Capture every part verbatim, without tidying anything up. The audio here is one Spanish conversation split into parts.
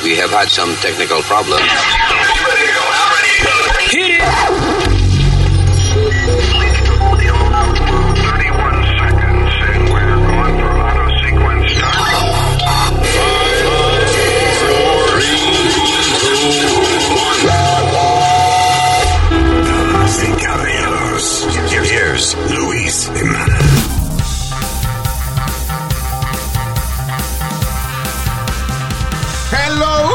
We have had some technical problems. Hit it! thirty-one seconds and we're going for auto sequence start. Damas y caballeros, here's Luis Jimenez. ¡Hello,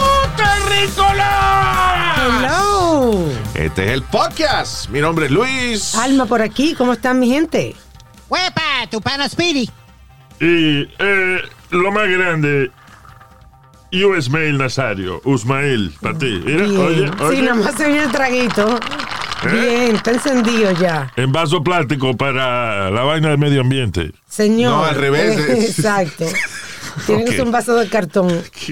terrícola! Hello. Este es el podcast. Mi nombre es Luis. Alma por aquí, ¿cómo están mi gente? ¡Huepa! ¡Tu pana Speedy! Y eh, lo más grande, U S Mail Nazario, Usmail, para ti. Mira, Bien. oye, oye. Sí, nomás se viene el traguito. ¿Eh? Bien, está encendido ya. En vaso plástico para la vaina del medio ambiente. Señor. No, al revés. Exacto. Tiene que Ok. ser un vaso de cartón.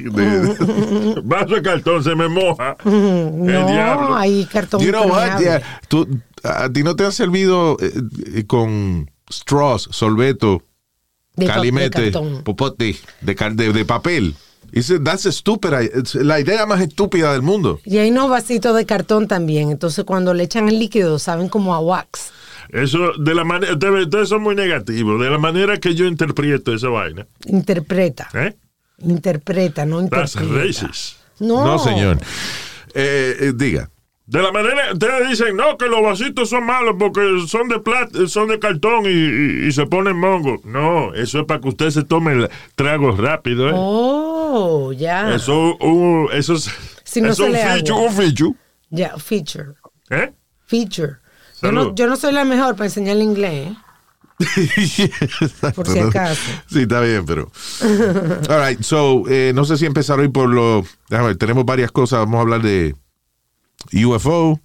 Vaso de cartón se me moja. El No, diablo. hay cartón. You know what? impermeable. Yeah, tú, a ti no te han servido eh, eh, con straws, sorbeto, De pa- de calimete, cartón. popote, de, car- de, de papel. Dice, that's stupid. Es la idea más estúpida del mundo. Y hay unos vasitos de cartón también. Entonces, cuando le echan el líquido, saben como a wax. Eso, de la manera, ustedes, ustedes son muy negativos. De la manera que yo interpreto esa vaina. Interpreta. ¿Eh? Interpreta, no That's interpreta. racist. No. No, señor. Eh, eh, diga. De la manera, ustedes dicen, no, que los vasitos son malos porque son de plata, son de cartón y, y- y se ponen mongo. No, eso es para que usted se tome el trago rápido, ¿eh? Oh, ya. Eso, uh, eso es, Si no eso se es le un feature, agua. un feature. Ya, feature. ¿Eh? Feature. Yo Salud. no, yo no soy la mejor para enseñar inglés, ¿eh? Por si acaso. Sí, está bien, pero. All right, so, eh, no sé si empezar hoy por lo. Déjame ver, tenemos varias cosas. Vamos a hablar de U F O.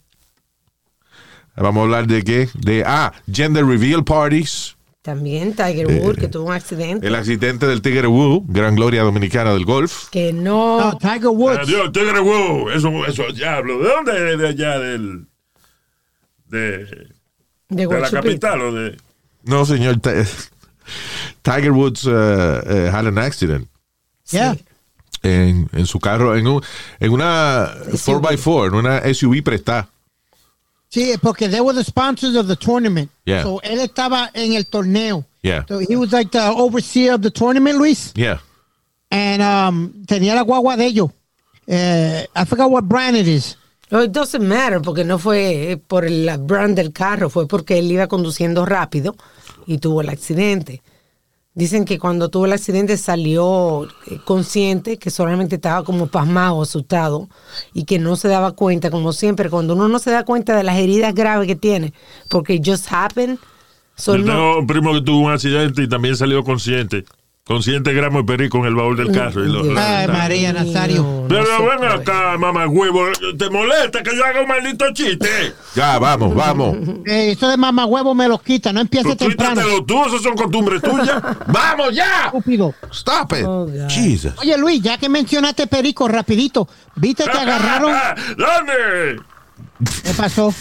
Vamos a hablar de qué? De, ah, gender reveal parties. También Tiger Woods, que tuvo un accidente. El accidente del Tiger Woods, gran gloria dominicana del golf. Que no. No, Tiger Woods. Adiós, tigre huevo. Eso, eso, diablo. ¿De dónde? De allá, del. De, de de la Guachupita. capital o de. No, señor. Ti- Tiger Woods uh, uh, had an accident Yeah. en, en su carro, en, un, en una S U V. four by four, en una S U V prestada. Sí, porque they were the sponsors of the tournament. Yeah. So él estaba en el torneo. Yeah. So he was like the overseer of the tournament, Luis. Yeah. And um, tenía la guagua de ellos. Eh, I forgot what brand it is. No, it doesn't matter, porque no fue por el la brand del carro, fue porque él iba conduciendo rápido y tuvo el accidente. Dicen que cuando tuvo el accidente salió eh, consciente, que solamente estaba como pasmado, asustado, y que no se daba cuenta, como siempre, cuando uno no se da cuenta de las heridas graves que tiene, porque it just happened. So Yo no- tengo un primo que tuvo un accidente y también salió consciente. Consciente gramo de perico en el baúl del carro. Y lo, Dios Ay, lo- María Nazario. mío, no Pero se ven puede. acá, mamá huevo. ¿Te molesta que yo haga un maldito chiste? Ya, vamos, vamos. Eh, eso de mamá huevo me lo quita. No empiece Pues temprano. quítatelo tú, esas son costumbres tuyas. ¡Vamos ya! Estúpido. Stop it. Oh, God. Jesus. Oye, Luis, ya que mencionaste perico, rapidito. ¿Viste que agarraron? ¿Dónde? ¿Qué pasó?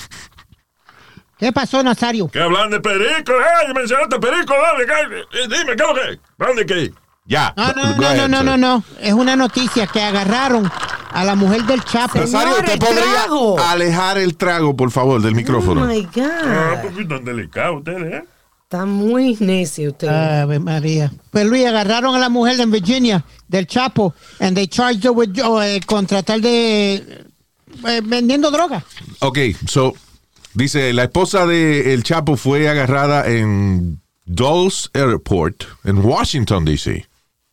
¿Qué pasó, Nazario? Que hablan de perico, eh, mencionaste perico, dale, ¿qué? Eh, dime, ¿qué es lo que? ¿Dónde qué? Ya. No, no, Go no, ahead, no, no, sir. no, no. Es una noticia que agarraron a la mujer del Chapo. Nazario, Señor, ¿usted el podría trago. alejar el trago, por favor, del Oh micrófono? my Ah, God. porque tan delicado ustedes, ¿eh? Está muy necio usted. Ave María. Pues Luis, agarraron a la mujer en Virginia, del Chapo, and they charged her with, oh, eh, con tratar de eh, vendiendo droga. Ok, so, dice, la esposa de El Chapo fue agarrada en Dulles Airport, en Washington, D C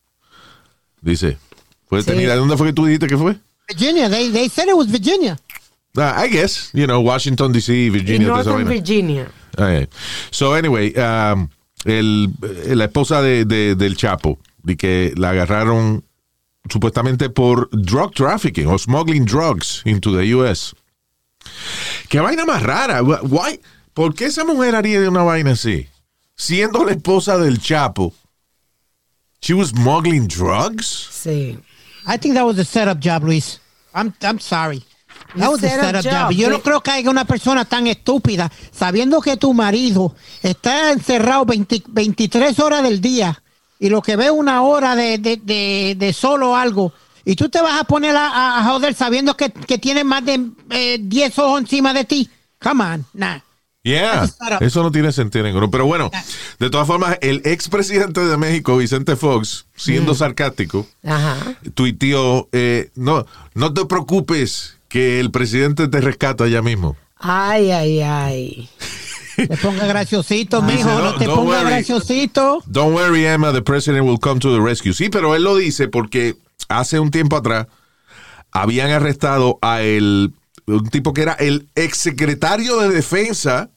Dice, fue Sí. detenida. ¿Dónde fue que tú dijiste que fue? Virginia, they, they said it was Virginia. Ah, I guess, you know, Washington, D C, En Virginia. toda esa Northern vaina. Virginia. Okay. So, anyway, um, el, la esposa de, de- del Chapo, de que la agarraron supuestamente por drug trafficking o smuggling drugs into the U S. Qué vaina más rara. Why? ¿Por qué esa mujer haría una vaina así? Siendo la esposa del Chapo. She was smuggling drugs? Sí. I think that was a setup job, Luis. I'm, I'm sorry. That A was a setup setup job. job. Yo no Sí. creo que haya una persona tan estúpida sabiendo que tu marido está encerrado veinte, veintitrés horas del día y lo que ve una hora de, de, de, de solo algo Y tú te vas a poner a, a- a joder sabiendo que, que tiene más de eh, diez ojos encima de ti. Come on, nah. Yeah, eso no tiene sentido ninguno. Pero bueno, de todas formas, el expresidente de México, Vicente Fox, siendo sarcástico, Ajá. tuiteó, eh, no, no te preocupes que el presidente te rescata ya mismo. Ay, ay, ay. Te ponga graciosito, mijo. Dice, No, no, te don't ponga worry. graciosito. Don't worry, Emma, the president will come to the rescue. Sí, pero él lo dice porque hace un tiempo atrás habían arrestado a el, un tipo que era el exsecretario de Defensa,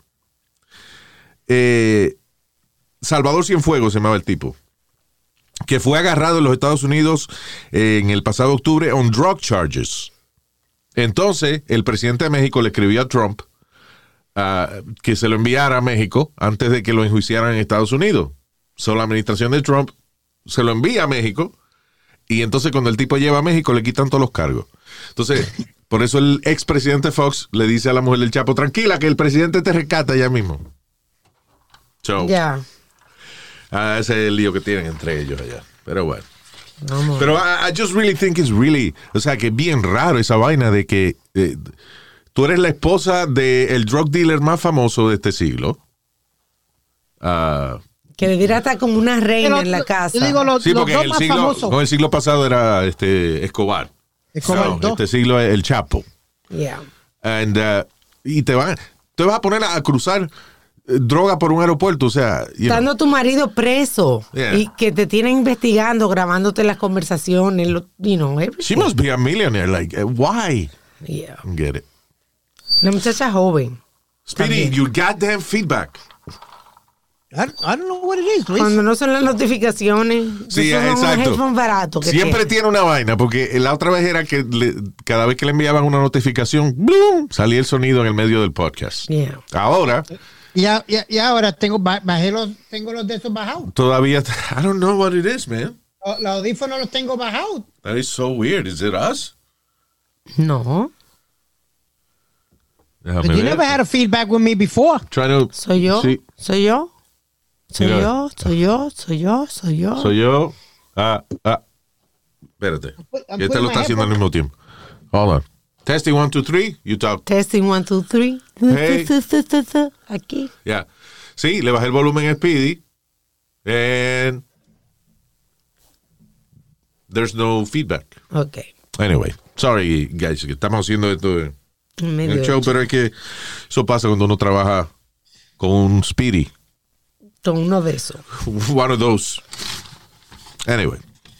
eh, Salvador Cienfuegos se llamaba el tipo, que fue agarrado en los Estados Unidos eh, en el pasado octubre on drug charges. Entonces, el presidente de México le escribió a Trump uh, que se lo enviara a México antes de que lo enjuiciaran en Estados Unidos. So, la administración de Trump se lo envía a México y entonces cuando el tipo lleva a México le quitan todos los cargos. Entonces, por eso el expresidente Fox le dice a la mujer del Chapo, tranquila, que el presidente te rescata ya mismo. So, Ya. ah, ese es el lío que tienen entre ellos allá. Pero bueno. Vamos. Pero I, I just really think it's really, o sea, que es bien raro esa vaina de que eh, tú eres la esposa del drug dealer más famoso de este siglo. Ah, Que debiera estar como una reina Pero, en la casa. yo digo, los, sí, los porque dos en el más siglo, famosos. con el siglo pasado era este Escobar. Escobar, No, dos. este siglo es el Chapo. Yeah. And, uh, y te van, te vas a poner a cruzar eh, droga por un aeropuerto, o sea, you know. Estando tu marido preso Yeah. y que te tienen investigando, grabándote las conversaciones, lo, you know, everything. She must be a millionaire. Like, uh, why? Yeah. Get it. La muchacha joven. Speedy, También. your goddamn feedback. I, I don't know what it is, Luis. Cuando no son las notificaciones, Sí, esos son unos exacto. headphones baratos que Siempre tienen. tiene una vaina, porque la otra vez era que le- cada vez que le enviaban una notificación, ¡blum!, salía el sonido en el medio del podcast. Yeah. Ahora, Y, a- y, a- y ahora tengo, ba- bajé los, tengo los de esos bajados. todavía, I don't know what it is, man. Los, los audífonos los tengo bajados. That is so weird. Is it us? No, Déjame But you ver. never had a feedback with me before. Try to- soy yo, Sí, soy yo, soy Mira. yo, soy yo, soy yo, soy yo. soy yo. Ah, ah. Espérate. put- I'm Este putting lo my está haciendo al mismo tiempo. Hold on. Testing one, two, three. You talk. Testing one, two, three. Hey. Aquí. Yeah. Sí, le bajé el volumen a Speedy. And there's no feedback. Ok. Anyway, sorry, guys, que estamos haciendo esto en Medio el show, ocho. pero es que eso pasa cuando uno trabaja con un Speedy. Con uno de esos. One of those. Anyway.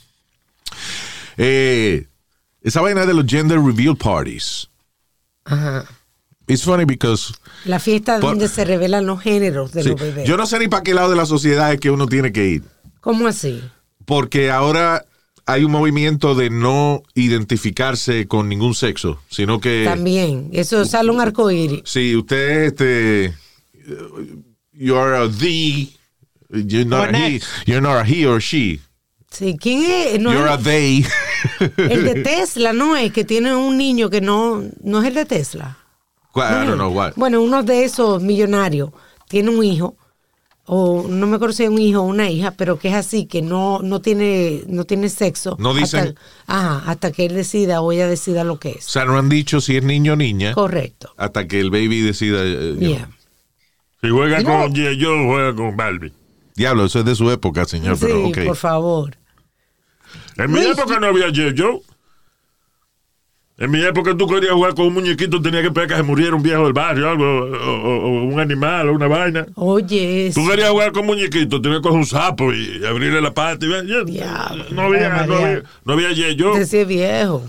Eh, esa vaina de los gender reveal parties. Ajá. It's funny because La fiesta Por- donde se revelan los géneros de sí, los bebés. yo no sé ni para qué lado de la sociedad es que uno tiene que ir. ¿Cómo así? Porque ahora hay un movimiento de no identificarse con ningún sexo, sino que También. Eso sale un arcoíris. si usted este you are a the you're not Or a he, next. you're not a he or she. Sí, ¿quién es? No You're a es they. el de Tesla, no es que tiene un niño que no, no es el de Tesla. I don't know what. Bueno, uno de esos millonarios tiene un hijo, o no me acuerdo si es un hijo o una hija, pero que es así, que no, no tiene, no tiene sexo. No dicen- Hasta, ajá, hasta que él decida o ella decida lo que O es. sea, no han dicho si es niño o niña Correcto. hasta que el baby decida. eh, you know. Yeah. Si juega You know- con G I. Joe, juega con Barbie. Diablo, eso es de su época, señor, Sí, pero ok. por favor. En mi Luis, época no había G I. Joe. En mi época tú querías jugar con un muñequito, tenía que esperar que se muriera un viejo del barrio, algo, o, o- o un animal, o una vaina. Oye, es- Tú querías jugar con muñequito, tenías que coger un sapo y abrirle la pata. Y, ya, Diablo. no había, Ay, no María. había, no había G I. Joe. ese es viejo.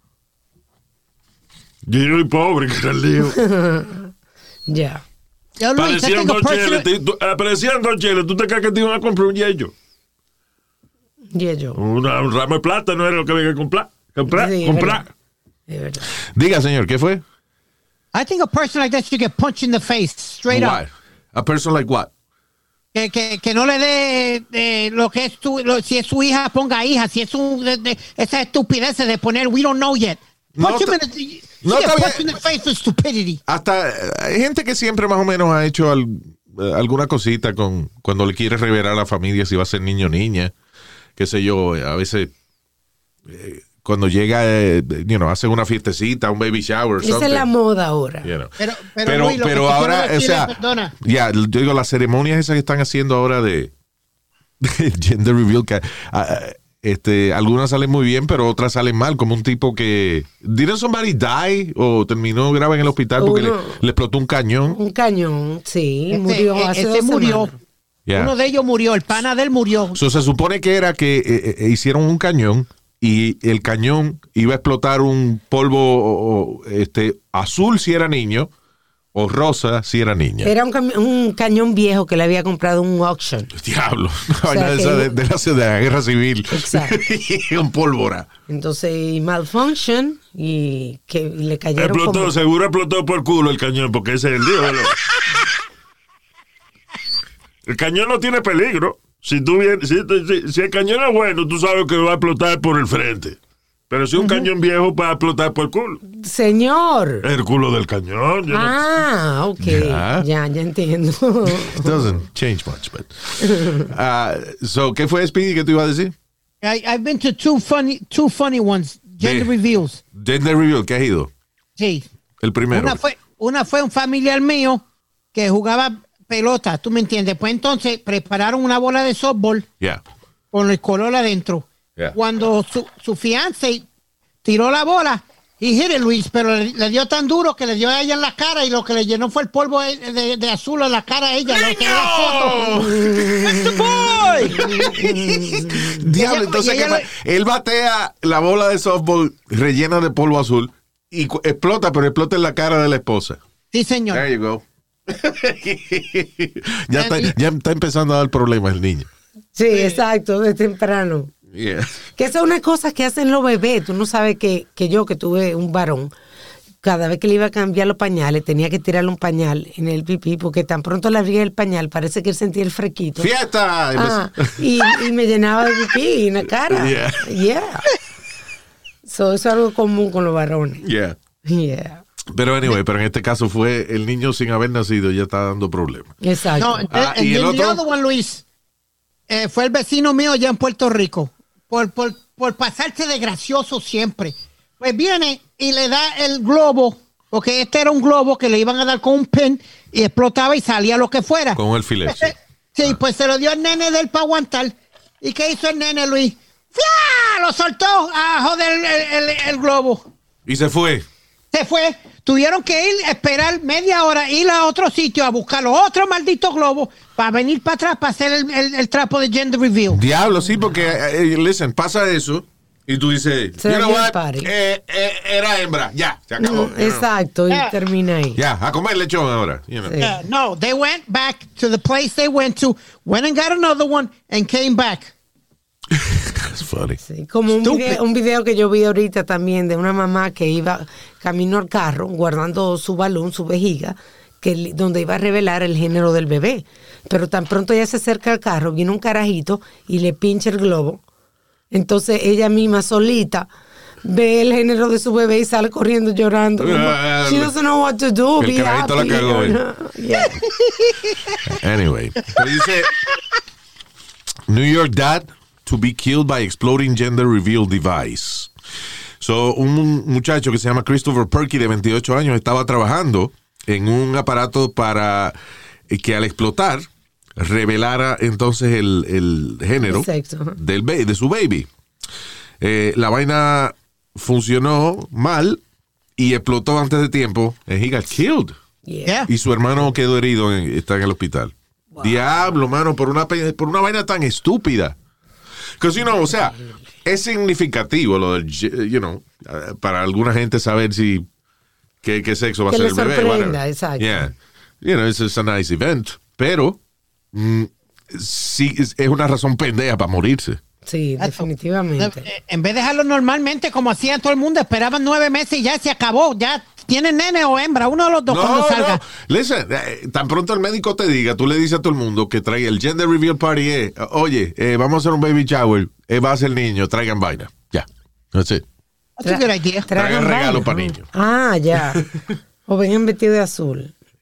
G I. Joe y pobre, que era el lío. Ya. Yo, Luis, I Parecían think a dos person- cheles. te- tú- Aparecían dos cheles. ¿Tú te crees que te iban a comprar un G I. Joe? Y yo. Una- un ramo de plata no era lo que había que comprar. Comprar, Sí, es comprar. verdad. Es verdad. Diga, señor, ¿qué fue? I think a person like that should get punched in the face, straight Why? up. A person like what? Que, que, que no le dé eh, lo que es tu, lo- si es su hija, ponga hija. Si es un, de, de- esa estupidez de poner, we don't know yet. No Punch him ta- in the, no you get está bien. punched in the face for stupidity. Hasta eh, hay gente que siempre más o menos ha hecho al- eh, alguna cosita con cuando le quiere revelar a la familia si va a ser niño o niña. Qué sé yo, eh, a veces eh, cuando llega, eh, you know, hacen una fiestecita, un baby shower. Esa es la moda ahora. You know. Pero, pero, Pero, Luis, lo pero que te ahora, quiero o decir sea, es, perdona, ya, yo digo, las ceremonias esas que están haciendo ahora de, de gender reveal, que ah, este, algunas salen muy bien, pero otras salen mal, como un tipo que, ¿didn't somebody die? O terminó grave en el hospital porque le, Uno. le explotó un cañón. Un cañón, sí, Este, murió eh, hace ese dos murió. semanas. Yeah. uno de ellos murió, el pana de él murió. So, se supone que era que eh, eh, hicieron un cañón y el cañón iba a explotar un polvo o- o, este, azul si era niño o rosa si era niña. Era un, cami- un cañón viejo que le había comprado en un auction. Diablo, una vaina de, que- esa de, de la, de la guerra civil. Exacto. Un pólvora. Entonces, y malfunction y que y le cayeron Explotó, como... seguro explotó por culo el cañón, porque ese es el lío. ¿no? El cañón no tiene peligro. Si, tú vienes, si, si, si el cañón es bueno, tú sabes que va a explotar por el frente. Pero si un cañón viejo va a explotar por el culo. Señor. El culo del cañón. yo no- Ah, ok. Ya. Ya, ya entiendo. It doesn't change much, but. Uh, so, ¿qué fue, Speedy, que tú ibas a decir? I, I've been to two funny, two funny ones, gender De- reveals. Gender reveal, ¿qué has ido? Sí. El primero. Una fue, una fue un familiar mío que jugaba pelota, tú me entiendes. Pues entonces prepararon una bola de softball Yeah. con el color adentro. Yeah. Cuando su, su fiance tiró la bola, y hit it, Luis, pero le, le dio tan duro que le dio a ella en la cara y lo que le llenó fue el polvo de, de- de azul en la cara a ella. Lo que era foto. Diablo, Ella- entonces y ella ¿qué pa- él batea la bola de softball rellena de polvo azul y cu- explota, pero explota en la cara de la esposa. Sí, señor. There you go. ya, está, ya está empezando a dar problemas el niño. Sí, exacto, de temprano. Yeah. Que esa es una cosa que hacen los bebés. Tú no sabes que, que yo, que tuve un varón, cada vez que le iba a cambiar los pañales, tenía que tirarle un pañal en el pipí, porque tan pronto le abría el pañal, parece que él sentía el frequito. ¡Fiesta! Ah, y, y me llenaba de pipí en la cara. Yeah. Yeah. So, eso es algo común con los varones. Yeah. Yeah. Pero anyway, pero en este caso fue el niño sin haber nacido, ya está dando problemas. Exacto. No, Ah, and ¿y el then the otro? other one, Luis, eh, fue el vecino mío allá en Puerto Rico, por, por, por pasarse de gracioso siempre. Pues viene y le da el globo, porque este era un globo que le iban a dar con un pen y explotaba y salía lo que fuera. Con el filete. Pues, eh, sí, pues se lo dio al nene de él para aguantar. ¿Y qué hizo el nene, Luis? ¡Fia! Lo soltó a joder el, el, el- el globo. Y se fue. Se fue. Tuvieron que ir, esperar media hora, ir a otro sitio a buscar los otros malditos globos para venir para atrás para hacer el, el- el trapo de gender reveal. Diablo, sí, porque, eh, listen, pasa eso y tú dices, Se you know dañó el what? party. Eh, eh, era hembra, ya, se acabó. Mm, you know. exacto, y Ah. termina ahí. Ya, a comer lechón ahora. You know. Sí. Uh, no, they went back to the place they went to, went and got another one, and came back. That's funny. Sí, como un Stupid. video, un video que yo vi ahorita también de una mamá que iba camino al carro guardando su balón, su vejiga, que, li- donde iba a revelar el género del bebé. Pero tan pronto ella se acerca al carro, viene un carajito y le pincha el globo. Entonces ella misma solita ve el género de su bebé y sale corriendo llorando. como, Ah, She doesn't know what to do. el be carajito la happy", cagó, you eh. know. Yeah. Anyway, pero dice New York dad to be killed by exploding gender reveal device. So, un muchacho que se llama Christopher Perky de veintiocho años estaba trabajando en un aparato para que al explotar revelara entonces el, el género El sexo, ajá. del ba- de su baby. Eh, la vaina funcionó mal y explotó antes de tiempo and he got killed. Yeah. Yeah. Y su hermano quedó herido, en- está en el hospital. Diablo, mano, por una, pe- por una vaina tan estúpida. Because, you know, o sea, es significativo lo del, you know, uh, para alguna gente saber si, qué, qué sexo va a Que ser le el bebé. sorprenda, whatever. exacto. Yeah. You know, it's, it's a nice event. Pero, mm, sí, es, es una razón pendeja para morirse. Sí, definitivamente. Eh, En vez de dejarlo normalmente, como hacía todo el mundo, esperaban nueve meses y ya se acabó. Ya tienen nene o hembra, uno de los dos cuando salga. no. Listen, eh, tan pronto el médico te diga, tú le dices a todo el mundo que traiga el gender reveal party, eh, oye, eh, vamos a hacer un baby shower, eh, va a ser niño, traigan vaina. Ya. That's it. That's a good idea. Traigan vaina, regalo ¿no? para niños. Ah, ya. O vengan vestidos de azul. Yeah.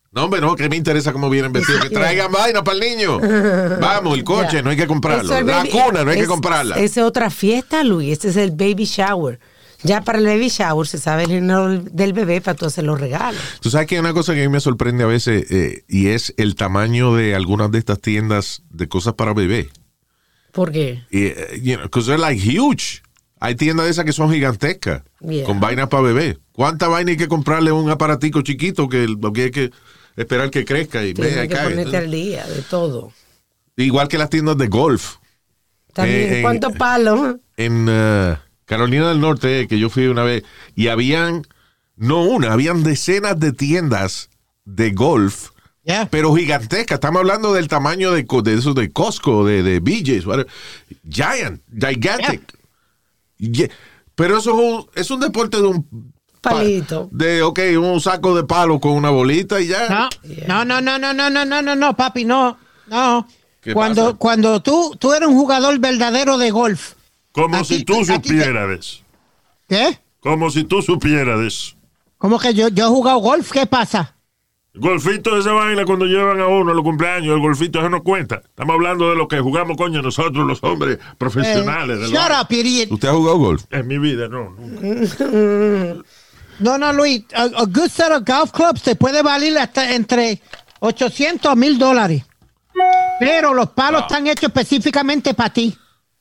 No, hombre, no, que me interesa cómo vienen vestidos. Que traigan vaina para el niño. Vamos, el coche, Yeah. no hay que comprarlo. Eso es La baby- cuna, no hay que es- comprarla. Esa es otra fiesta, Luis. Este es el baby shower. Ya para el baby shower se sabe el género del bebé para tú hacer los regalos. Tú sabes que hay una cosa que a mí me sorprende a veces eh, y es el tamaño de algunas de estas tiendas de cosas para bebé. ¿Por qué? Y, eh, you know, because they're like huge. Hay tiendas de esas que son gigantescas, Yeah. con vainas para bebé. ¿Cuánta vaina hay que comprarle a un aparatico chiquito que lo que hay que esperar que crezca y Tienes vea, que cae? ponerte al día de todo. Igual que las tiendas de golf. También, Eh, ¿cuántos eh, palos? En uh, Carolina del Norte, eh, que yo fui una vez, y habían, no una, habían decenas de tiendas de golf, Yeah. pero gigantescas. Estamos hablando del tamaño de, co- de esos de Costco, de, de B J's, whatever. Giant, gigantic. Ye- Pero eso es un, es un deporte de un pa- Palito. De, ok, un saco de palo con una bolita y ya. No, no, no, no, no, no, no, no, no, no, papi, no, no. ¿Qué Cuando, pasa? cuando tú, tú eres un jugador verdadero de golf. Como Aquí- si tú aquí te- supieras de eso. ¿Qué? Como si tú supieras de eso. ¿Cómo que yo, yo he jugado golf? ¿Qué pasa? Golfito de esa vaina cuando llevan a uno a los cumpleaños, el golfito eso no cuenta. Estamos hablando de lo que jugamos, coño, nosotros los hombres profesionales. Eh, de shut lo- up, idiot. ¿Usted ha jugado golf? En mi vida, no. nunca. No, no, Luis. A, a good set of golf clubs te puede valer hasta entre ochocientos a mil dólares. Pero los palos están hechos específicamente para ti.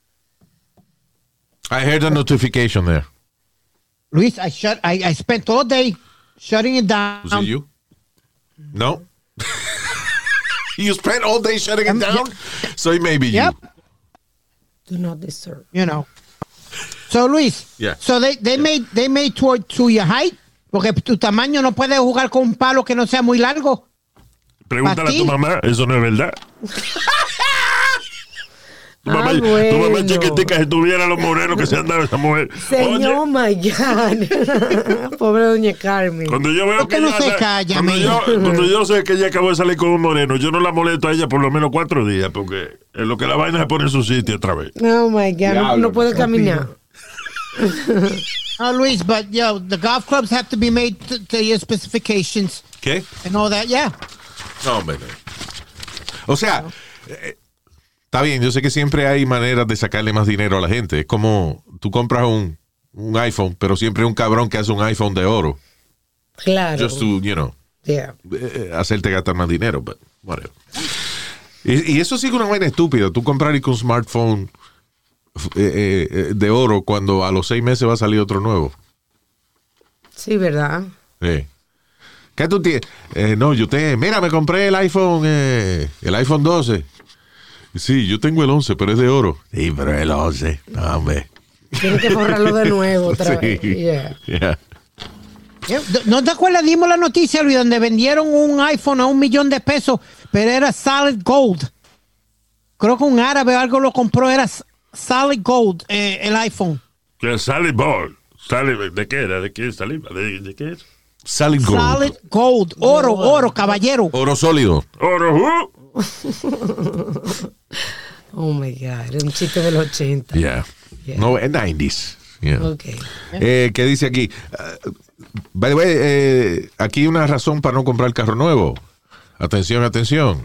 I heard a notification there. Luis, I, shut, I, I spent all day shutting it down. Was it you? No. You spent all day shutting it Um, down? So it may be Yep. you. Do not disturb. You know. So, Luis, Yeah. so they, they made they made to, to your height, porque tu tamaño no puedes jugar con un palo que no sea muy largo. Pregúntale a ¿Pa' tu ti? mamá, eso no es verdad. Tu mamá, Ah, tu mamá bueno. chiquitica, si tuviera los morenos que se han dado esa mujer. Señor, Oye, my God. Pobre doña Carmen. cuando yo veo ¿Por qué que no ella se sa- calla, cuando mía? yo, cuando yo sé que ella acabó de salir con un moreno, yo no la molesto a ella por lo menos cuatro días, porque en lo que la vaina se pone en su sitio otra vez. Oh, my God. No, Diablo, no puede caminar. No, Luis, but yo, the golf clubs have to be made to, to your specifications ¿Qué? and all that. Yeah. No, hombre. no. O sea, eh, está bien, yo sé que siempre hay maneras de sacarle más dinero a la gente. Es como tú compras un, un iPhone, pero siempre hay un cabrón que hace un iPhone de oro. Claro. Just to, you know, Yeah. eh, hacerte gastar más dinero, but whatever. Y, y eso sí que es una vaina estúpida. Tú comprar y con un smartphone eh, eh, de oro cuando a los seis meses va a salir otro nuevo. Sí, ¿verdad? Sí. ¿Qué tú tienes? Eh, no, yo te... Mira, me compré el iPhone, eh, el iPhone doce. Sí, yo tengo el once, pero es de oro. Sí, pero el once. No, hombre. Tienes que borrarlo de nuevo otra Sí. vez. Yeah. Yeah. Yeah. ¿No te acuerdas? Dimos la noticia, Luis, donde vendieron un iPhone a un millón de pesos, pero era solid gold. Creo que un árabe o algo lo compró, era s- solid gold, eh, el iPhone. Que Sally Ball. Sally, ¿de qué era? ¿De qué es saliva? ¿De, de qué es? Solid gold. Solid gold. Oro, oro, caballero. Oro sólido. Oro, uh. Oh, my God. Es un chiste del ochenta. Yeah. Yeah. No, es nineties. Yeah. Ok. Eh, ¿Qué dice aquí? Uh, by the way, eh, aquí hay una razón para no comprar carro nuevo. Atención, atención.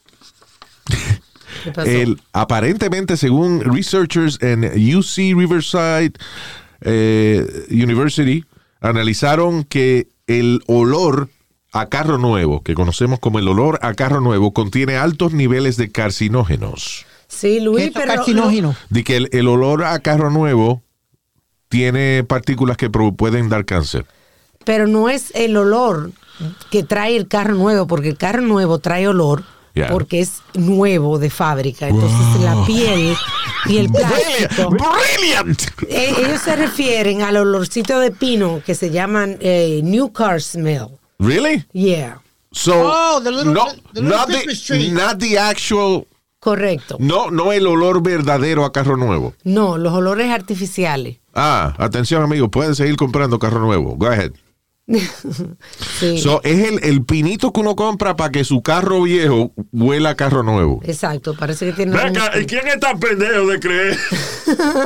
¿Qué pasó? El, aparentemente, según researchers en U C Riverside eh, University, analizaron que el olor a carro nuevo, que conocemos como el olor a carro nuevo, contiene altos niveles de carcinógenos. Sí, ¿Qué Luis, es pero... carcinógeno? De que el, el olor a carro nuevo tiene partículas que pro- pueden dar cáncer. Pero no es el olor que trae el carro nuevo, porque el carro nuevo trae olor Yeah. porque es nuevo de fábrica. Entonces la piel y el plástico... Brilliant. Eh, ellos se refieren al olorcito de pino que se llaman eh, new car smell. Really? Yeah, So, Oh, the little- no, the little not, Christmas the, tree. not the actual, correcto. no, no el olor verdadero a carro nuevo. No, los olores artificiales. Ah, atención amigos, pueden seguir comprando carro nuevo. Go ahead. Sí, So, es el, el pinito que uno compra para que su carro viejo huela a carro nuevo. exacto. Parece que tiene... Venga, ¿y quién es tan pendejo de creer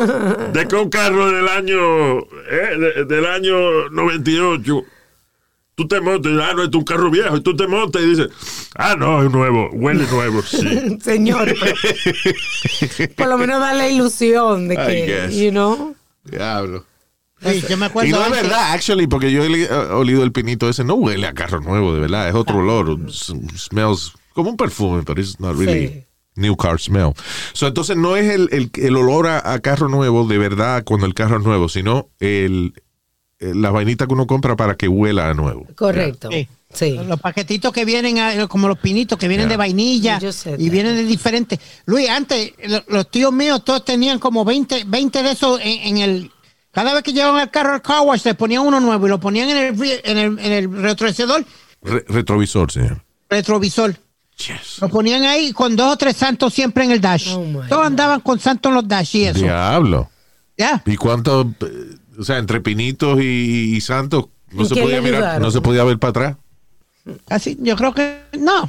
de que un carro del año eh, de- del año noventa y ocho tú te montas, ah, no, es un carro viejo, y tú te montas y dices, ah, no, es nuevo, huele nuevo, sí. Señor, pero por lo menos da la ilusión de I que, guess. you know. Diablo. Sí, yo me acuerdo Y no es antes- verdad, actually, porque yo he li- he olido el pinito ese, no huele a carro nuevo, de verdad, es otro olor. S- Smells como un perfume, pero it's not really Sí. new car smell. So, entonces no es el, el, el olor a, a carro nuevo de verdad cuando el carro es nuevo, sino el, el- la vainita que uno compra para que huela a nuevo. Correcto. Sí. Sí. Los paquetitos que vienen, a- como los pinitos, que vienen Yeah. de vainilla Yo sé, y yeah. vienen de diferentes. Luis, antes, lo- los tíos míos todos tenían como veinte, veinte de esos en, en el... Cada vez que llevaban el carro al car wash, le ponían uno nuevo y lo ponían en el, re- en el, en el retrovisor, Re- retrovisor, señor. retrovisor. Yes. Lo ponían ahí con dos o tres santos siempre en el dash. Oh, my Todos andaban con santos en los dash y eso. Diablo. Ya. ¿Y cuánto? eh, O sea, entre pinitos y, y santos, no ¿En se qué podía le mirar, ayudaron? no se podía ver para atrás. Así, yo creo que no.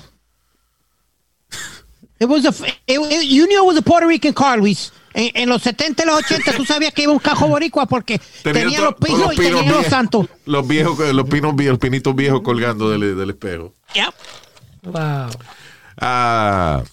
It was a, it, it- you knew it was a Puerto Rican car, Luis. En, en los setenta y los ochenta tú sabías que iba un cajo boricua porque tenía, to- los todos pinos y tenía los viejos- santos. Los viejos, los pinos viejos, pinitos viejos colgando del, del espejo. Yeah. Wow. Ah,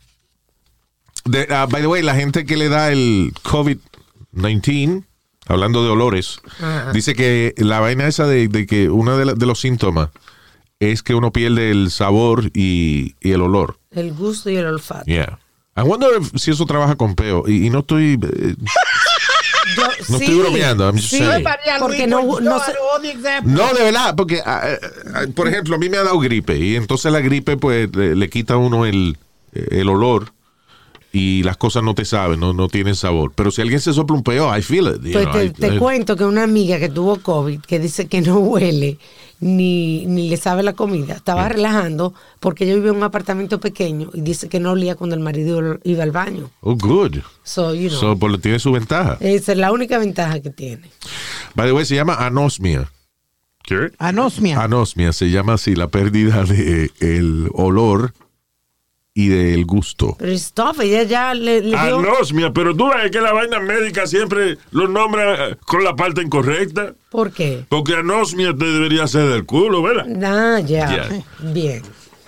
de- ah, by the way, la gente que le da el COVID diecinueve, hablando de olores, Ajá. dice que la vaina esa de, de que uno de, la- de los síntomas es que uno pierde el sabor y, y el olor. El gusto y el olfato. Yeah. I wonder if- si eso trabaja con peo. Y, y no estoy... eh, Yo, No estoy bromeando, I'm just sí, saying. porque no, no sé. No, de verdad, porque, ah, ah, por ejemplo, a mí me ha dado gripe y entonces la gripe pues le, le quita a uno el, el olor y las cosas no te saben, no, no tienen sabor. Pero si alguien se sopla un peo, I feel it. you Pues know, te, I- te I- cuento que una amiga que tuvo COVID, que dice que no huele ni, ni le sabe la comida, estaba relajando porque ella vivía en un apartamento pequeño y dice que no olía cuando el marido iba al baño. Oh, good. So, you know, So, pues, tiene su ventaja. esa es la única ventaja que tiene. By the way, se llama anosmia. ¿Qué? Anosmia. Anosmia se llama así la pérdida de el olor y del gusto. Pero stop, ella ya le, le dio... Anosmia, pero tú ves que la vaina médica siempre lo nombra eh, con la parte incorrecta. ¿Por qué? Porque anosmia te debería ser del culo, ¿verdad? Ah, ya. Ya. Bien.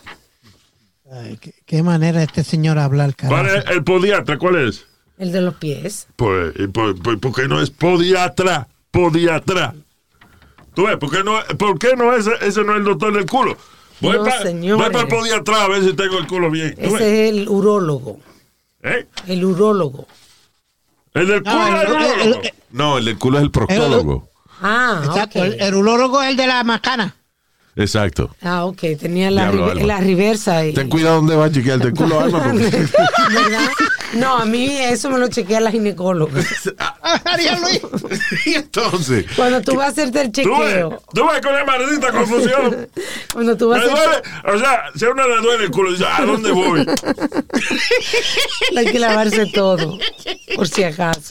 Ay, qué, qué manera este señor hablar, ¿Cuál carajo. es el podiatra? ¿Cuál es? El de los pies. Pues, y por, por- ¿por qué no es podiatra? Podiatra. ¿Tú ves? ¿Por qué no, por qué no ese, ese no es el doctor del culo? Voy No, para señores. el podiatra a ver si tengo el culo bien. ¿Tú Ese ves? es el urólogo. ¿Eh? El urólogo. El del culo No, es el el- el- urólogo. el- No, el del culo es el proctólogo. Ah, Exacto, ok. el, el urólogo es el de la macana. Exacto. Ah, ok. Tenía la, Diablo, rive- Alma. la reversa ahí. Ten cuidado donde vas a chequearte el culo, Alma. porque- ¿Verdad? No, a mí eso me lo chequea la ginecóloga. Ariel Luis. Y entonces, Cuando tú vas a hacerte el ¿Tú ves? chequeo. ¿Tú ves con la maldita confusión? Cuando tú vas Me a duele, hacer... o sea, si a uno le duele el culo, dice, ¿a dónde voy? Hay que lavarse todo. Por si acaso.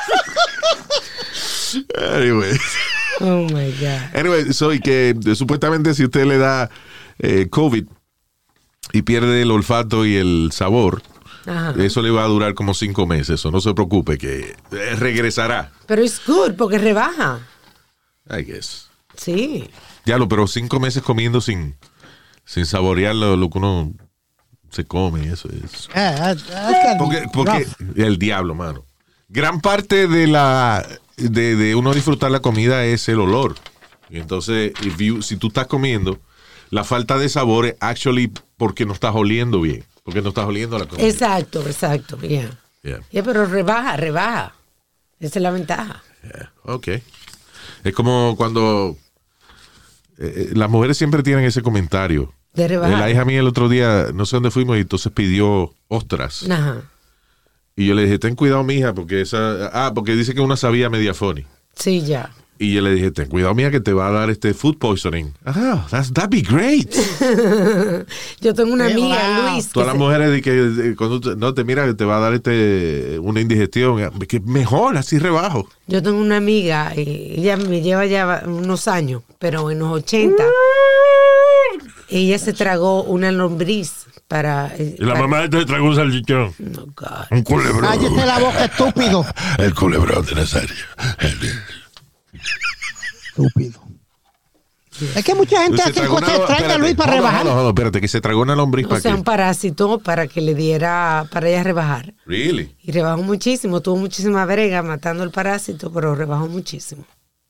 anyway. Oh my God. Anyway, so, y que eh, supuestamente si usted le da eh, COVID y pierde el olfato y el sabor, Ajá. eso le va a durar como cinco meses. Eso no se preocupe, que eh, regresará. Pero es good porque rebaja. I guess. Sí. Ya lo, pero cinco meses comiendo sin, sin saborear lo, lo que uno se come y eso es. Ah, ah, ah, Porque, porque rough. el diablo, mano. Gran parte de la de, de uno disfrutar la comida es el olor. Y entonces, if you- si tú estás comiendo, la falta de sabor es actually porque no estás oliendo bien. Porque no estás oliendo la comida. Exacto, exacto. Ya. Yeah, Ya, pero rebaja, rebaja. Esa es la ventaja. yeah, ok. Es como cuando eh, eh, las mujeres siempre tienen ese comentario. De rebajar. La hija mía el otro día, no sé dónde fuimos, y entonces pidió ostras. Ajá. Y yo le dije, ten cuidado, mija, porque esa. Ah, porque dice que una sabía media funny. Sí, ya. Y yo le dije, ten cuidado, mija, que te va a dar este food poisoning. Ah, that's, that'd be great. Yo tengo una Qué amiga, wow. Luis. que Todas las se- mujeres de que de- cuando te- no te mira que te va a dar este una indigestión, que mejor, así rebajo. Yo tengo una amiga, eh, ella me lleva ya unos años, pero en los ochenta, ella se tragó una lombriz para... eh, Y la para- mamá te tragó un salchichón. No, God. Un culebrón. Cállate la boca, estúpido. El culebrón de Nazario. Estúpido. Es que mucha gente Se hace tragó cosas una- extrañas, espérate, Luis, para hold on, rebajar. hold on, hold on, espérate, que se tragó una lombriz O para sea, qué. un parásito para que le diera, para ella rebajar. Really? Y rebajó muchísimo, tuvo muchísima brega matando el parásito, pero rebajó muchísimo.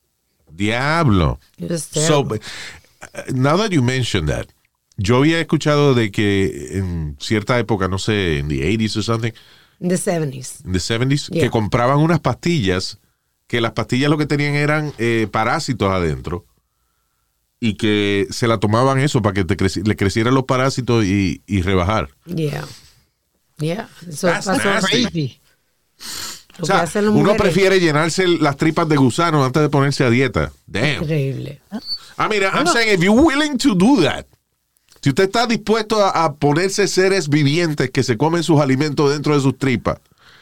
Diablo. It was So, terrible. uh, now that you mentioned that, yo había escuchado de que en cierta época, no sé, en the eighties or something, In the seventies. in the seventies, Yeah. que compraban unas pastillas, que las pastillas lo que tenían eran eh, parásitos adentro, y que se la tomaban eso para que te creci- le crecieran los parásitos y, y rebajar. Yeah. Yeah. Eso That's pasó. nasty. Crazy. Lo O sea, que hacen las uno mujeres. prefiere llenarse las tripas de gusano antes de ponerse a dieta. Damn. Increíble. I mean, I'm saying if you're willing to do that, si usted está dispuesto a, a ponerse seres vivientes que se comen sus alimentos dentro de sus tripas,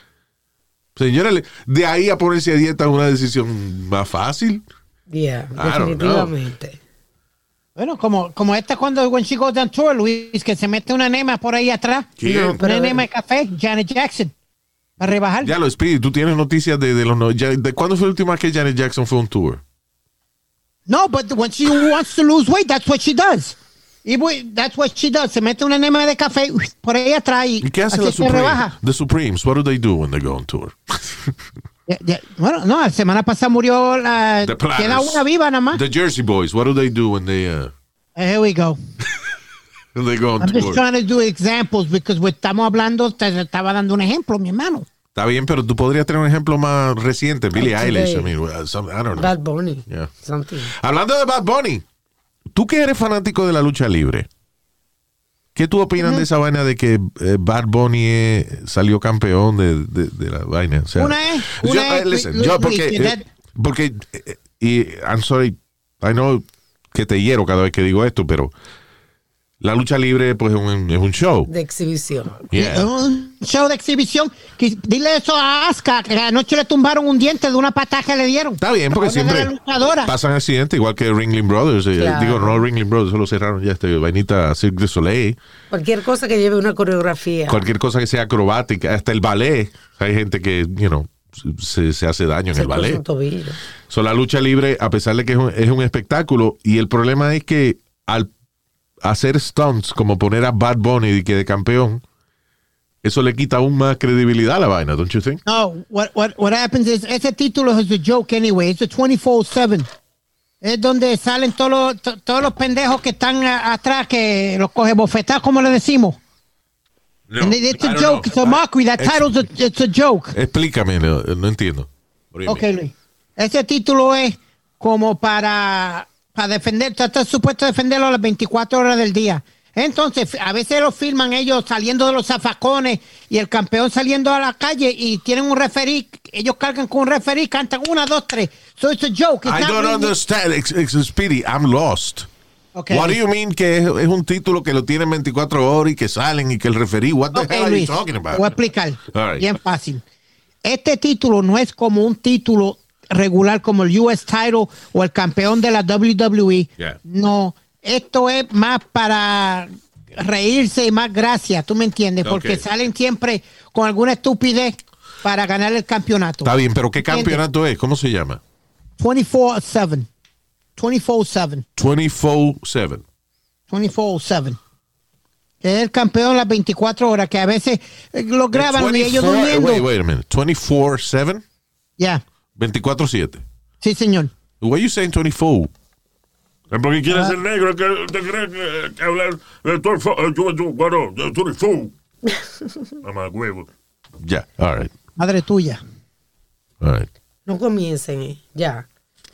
señores, de ahí a ponerse a dieta es una decisión más fácil. Yeah, I don't definitivamente. Bueno, como, como esta cuando when she goes on tour, Luis, que se mete una enema por ahí atrás. ¿Quién? No, pero- Una enema de café, Janet Jackson. Para rebajar. Ya lo Speedy, tú tienes noticias de, de los no- ya- de cuándo fue la última vez que Janet Jackson fue a un tour. No, but when she wants to lose weight, that's what she does. Y we- that's what she does. Se mete una enema de café uy, por ahí atrás y, ¿Y qué hace así la se Supreme? rebaja. The Supremes, what do they do when they go on tour? Ya- ya- Bueno, no, la semana pasada murió la... The Platters. Queda una viva nada más. The Jersey Boys, what do they do when they, uh, Here we go. when they go on I'm just tour? trying to do examples because we estamos hablando, te estaba dando un ejemplo, mi hermano. Está bien, pero tú podrías tener un ejemplo más reciente. Billie Today. Eilish, I mean, uh, some- I don't know. Bad Bunny. Yeah. Something. Hablando de Bad Bunny, tú que eres fanático de la lucha libre, ¿qué tú opinas de esa vaina de que eh, Bad Bunny eh, salió campeón de, de- de la vaina? O sea, Una es- yo, una eh, es- listen, Luis, yo Luis, porque, que eh, that- porque eh, y I'm sorry, I know que te hiero cada vez que digo esto, pero la lucha libre pues es un, es un show. De exhibición. Yeah. Un show de exhibición. Que, dile eso a Asuka, que anoche le tumbaron un diente de una patada que le dieron. Está bien, porque Una de siempre las luchadoras. pasan accidentes, igual que Ringling Brothers. eh, Claro. Digo, no Ringling Brothers, solo cerraron ya este vainita Cirque du Soleil. Cualquier cosa que lleve una coreografía. Cualquier cosa que sea acrobática, hasta el ballet. Hay gente que, you know, se, se hace daño en se el cruza ballet. un tobillo. So, la lucha libre, a pesar de que es un, es un espectáculo, y el problema es que al hacer stunts como poner a Bad Bunny y que de campeón, eso le quita aún más credibilidad a la vaina, don't you think? No, what, what, what happens is, ese título es a joke anyway. It's a twenty-four seven. Es donde salen todos los, to- todos los pendejos que están a- atrás, que los coge bofetadas, como le decimos. No, And it's I a don't joke. know. It's a mockery. That Ex- title's a, it's a joke. Explícame, no, no entiendo. What do you Ok, mean? Luis. Ese título es como para, para defender, tú estás supuesto a defenderlo a las veinticuatro horas del día. Entonces, a veces lo filman ellos saliendo de los zafacones y el campeón saliendo a la calle y tienen un referí, ellos cargan con un referí, cantan una, dos, tres. So it's a joke. It's I not don't really- understand. Ex- ex- Speedy, I'm lost. Okay. What do you mean que es, es un título que lo tienen veinticuatro horas y que salen y que el referí? What the Ok, hell are Luis, you talking about? te voy a explicar. All right. Bien fácil. Este título no es como un título regular como el U S Title o el campeón de la W W E. Yeah. No, esto es más para reírse y más gracia, ¿tú me entiendes? Porque Ok. salen siempre con alguna estupidez para ganar el campeonato. Está bien, pero ¿qué ¿Entiendes? campeonato es? ¿Cómo se llama? veinticuatro siete. veinticuatro siete. veinticuatro siete. veinticuatro siete. Es el campeón las veinticuatro horas, que a veces eh, lo graban y ellos veinticuatro durmiendo. Wait, wait a minute. veinticuatro siete? Ya, veinticuatro siete. sí, señor. Why are you saying veinticuatro? Es porque Ah. quiere ser negro, que te cree que, que hablar de todo el fo- eh, yo- yo- bueno, de todo el fu. Mamá huevo. Ya, all right. Madre tuya. All right. No comiencen, eh. Ya.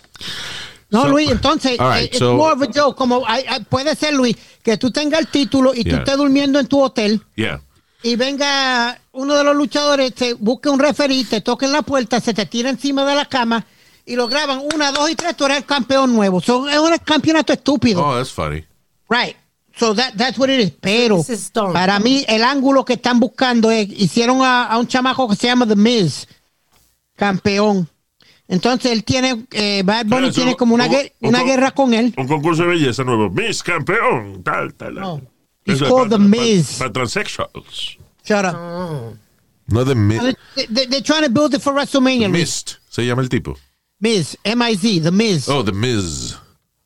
No, So- Luis, entonces, all right, eh, it's so- more of a joke. Como, hay- hay- puede ser, Luis, que tú tengas el título y tú Yeah. estés durmiendo en tu hotel Yeah. y venga uno de los luchadores, te busque un referí, te toque en la puerta, se te tira encima de la cama y lo graban una, dos y tres, tú eres el campeón nuevo. So, es un campeonato estúpido. Oh, that's funny. Right. So that, that's what it is. Pero This is stone. para mí el ángulo que están buscando es, hicieron a, a un chamaco que se llama The Miz, campeón. Entonces él tiene, eh, Bad Bunny Eso, tiene como una, un- guer- un- una un- guerra con él. Un concurso de belleza nuevo. Miss Campeón. Tal, tal. No. Eso It's es called pa- The pa- Miz. Para transsexuals. Shut up. Oh. No, The Mi- They, they- they're trying to build it for WrestleMania. Luis. Mist. Se llama el tipo. Miz, M I Z, The Miz. Oh, The Miz.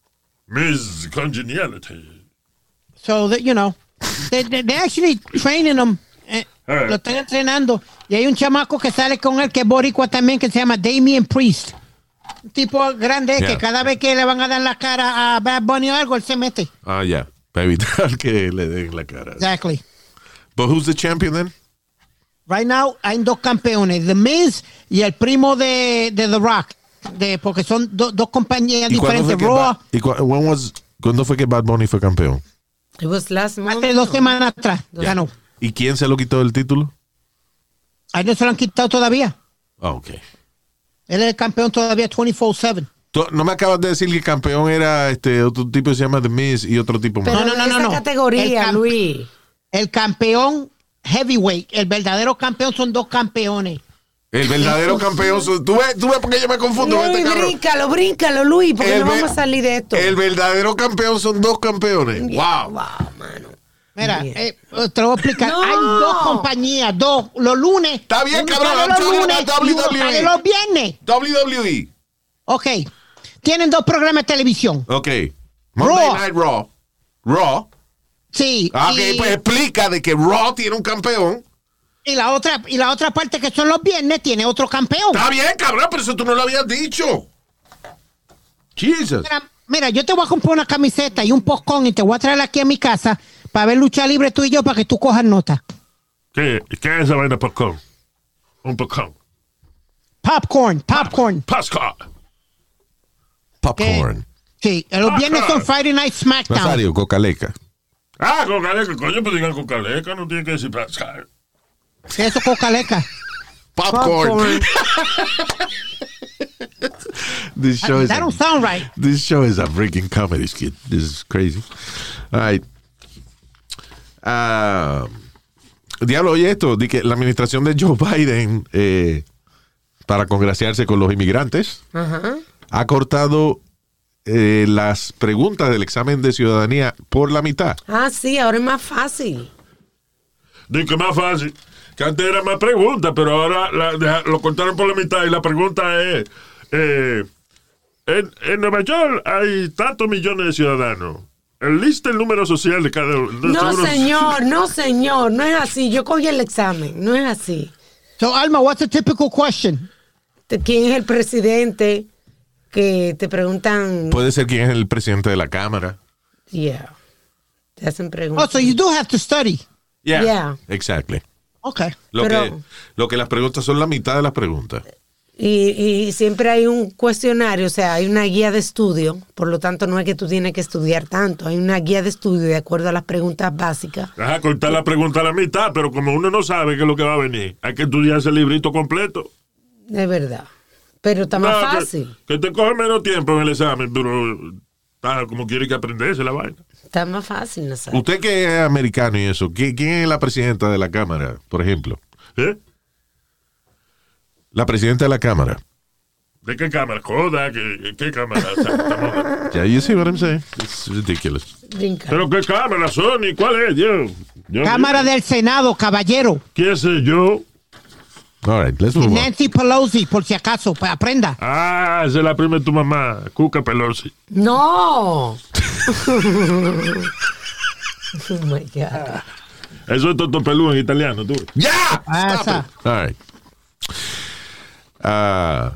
Miss Congeniality. So that, you know, they, they, they actually training them. Eh, Eh. Lo están entrenando. Y hay un chamaco que sale con él que es boricua también que se llama Damien Priest. Un tipo grande Yeah. que cada vez que le van a dar la cara a Bad Bunny o algo, él se mete. Ah, ya. Para evitar que le den la cara. Exactly. But who's the champion then? Right now hay dos campeones, The Miz y el primo de, de The Rock. De, porque son do- dos compañías ¿Y cuándo fue diferentes. que Raw, Ba- ¿Y cu- when was- cuándo fue que Bad Bunny fue campeón? It was last month. hace dos semanas atrás. Ganó. ¿Y quién se lo quitó del título? A él no se lo han quitado todavía. Ah, ok. Él es el campeón todavía veinticuatro siete. Tú- No me acabas de decir que el campeón era este otro tipo que se llama The Miz y otro tipo más. Pero No, no, no, esa no, no. categoría, El camp- Luis. El campeón heavyweight, el verdadero campeón son dos campeones. El verdadero campeón. son- ¿Tú ves, tú ves por qué yo me confundo con Luis, este cabrón? bríncalo, bríncalo, Luis, porque no ve- vamos a salir de esto. El verdadero campeón son dos campeones. Wow. Wow, mano. Mira, Bien. eh, te lo voy a explicar. No. Hay dos compañías, dos, los lunes. Está bien, uno cabrón, sale I'm los talking lunes about y uno W W E. sale los viernes. W W E. Ok. Tienen dos programas de televisión. Ok. Monday Raw. Night Raw. Raw. Sí. Ah, ok, y, pues explica de que Raw tiene un campeón. y la otra, y la otra parte que son los viernes tiene otro campeón. Está bien, cabrón, pero eso tú no lo habías dicho. Jesus. Mira, mira, yo te voy a comprar una camiseta y un postcón y te voy a traer aquí a mi casa para ver lucha libre tú y yo para que tú cojas nota. ¿Qué, ¿Qué es esa vaina popcorn? Un popcorn. Popcorn, popcorn. Pascal. Popcorn. Sí, los viernes son Friday Night SmackDown. Nazario, Cocaleca. Ah, Cocaleca, coño, pues digan Cocaleca, no tienen que decir Pascal. Sí, eso cocaleca. Popcorn. This show is That don't sound right. this show is a freaking comedy skit. This is crazy. All right. Ah, diablo, oye esto, de que la administración de Joe Biden eh, para congraciarse con los inmigrantes Ajá. ha cortado eh, las preguntas del examen de ciudadanía por la mitad. Ah, sí, ahora es más fácil. Digo que más fácil. Que antes era más preguntas, pero ahora la- deja- lo cortaron por la mitad y la pregunta es: eh, en, en Nueva York hay tantos millones de ciudadanos. Lista el número social de cada uno. No, señor, no, señor, no es así. Yo cogí el examen, no es así. So, Alma, what's a typical question? Te- ¿Quién es el presidente? Que te preguntan. Puede ser quién es el presidente de la Cámara. Yeah. Te hacen Oh, preguntas. so you do have to study. Yeah. Yeah. Exactly. Okay. Lo, Pero- que, lo que las preguntas son la mitad de las preguntas. Y, y siempre hay un cuestionario, o sea, hay una guía de estudio, por lo tanto no es que tú tienes que estudiar tanto, hay una guía de estudio de acuerdo a las preguntas básicas. Ajá, cortar la pregunta a la mitad, pero como uno no sabe qué es lo que va a venir, hay que estudiarse el librito completo. Es verdad. Pero está más No, que- fácil. Que, te coge menos tiempo en el examen, pero ah, como quiere que aprenderse la vaina. Está más fácil, Nazario. Usted que es americano y eso, ¿qui- ¿quién es la presidenta de la Cámara, por ejemplo? ¿Eh? La presidenta de la Cámara. ¿De qué cámara? Joda, ¿qué, qué cámara? O sea, estamos- Yeah, you see what I'm saying? It's ridiculous. Brinca. ¿Pero qué cámara, Sony? ¿Cuál es? Yo, yo- Cámara del Senado, caballero. ¿Qué sé yo? All right, let's move on. Nancy Pelosi, por si acaso, pues aprenda. Ah, esa es la prima de tu mamá, Cuca Pelosi. No. Oh my God. Eso es Toto Pelú en italiano, tú. Yeah! Ah, Stop esa. it. All right. Ah,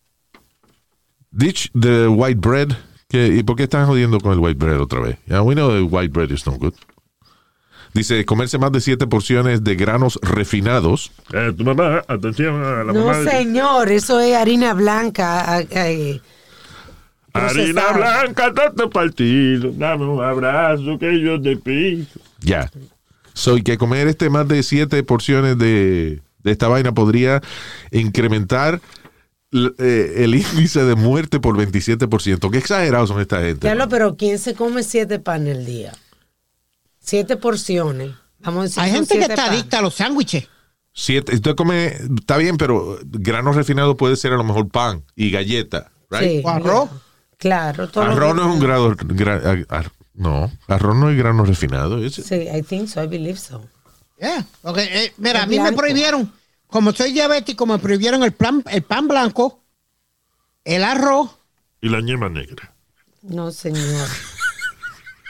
ditch the white bread. ¿Qué- ¿Y por qué están jodiendo con el white bread otra vez? Yeah, we know the white bread is no good. Dice, comerse más de siete porciones de granos refinados. Eh, tu mamá, atención a la No, mamá. de- señor, eso es harina blanca. ah, eh, Harina procesada. blanca, tanto partido. Dame un abrazo que yo te pido. Ya. So, y que comer este más de siete porciones de, de esta vaina podría incrementar l- eh, el índice de muerte por veintisiete por ciento. Qué exagerados son esta gente. Diablo, man. pero ¿quién se come siete panes al día? Siete porciones. Vamos a decir, Hay son gente que siete está panes. adicta a los sándwiches. Siete, usted come, está bien, pero granos refinados puede ser a lo mejor pan y galleta, right? Sí, ¿O arroz? claro. todo lo Arroz que- no es un grado, gra- a- a- no, arroz no es grano refinado. ¿es? Sí, I think so, I believe so. Yeah. Okay, eh, mira, Es a mí me blanco. prohibieron, como soy diabético, me prohibieron el, plan, el pan blanco, el arroz. Y la ñema negra. No, señor.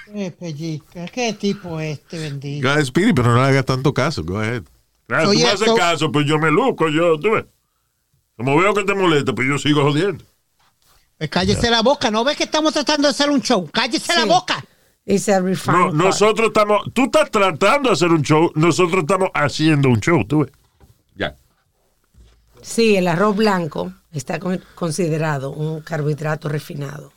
Eh, pellizca, ¿qué tipo es este bendito? Go ahead, Speedy, pero no le hagas tanto caso. Go ahead. Ah, tú Oye, me haces so- caso, pues yo me luco, yo, tú ves. Como veo que te molesta, pues yo sigo jodiendo. Pues cállese la boca, ¿no ves que estamos tratando de hacer un show? ¡Cállese la Sí. boca! It's a No, refined part. nosotros estamos, tú estás tratando de hacer un show, nosotros estamos haciendo un show, tú ves. Ya. Sí, el arroz blanco está con- considerado un carbohidrato refinado.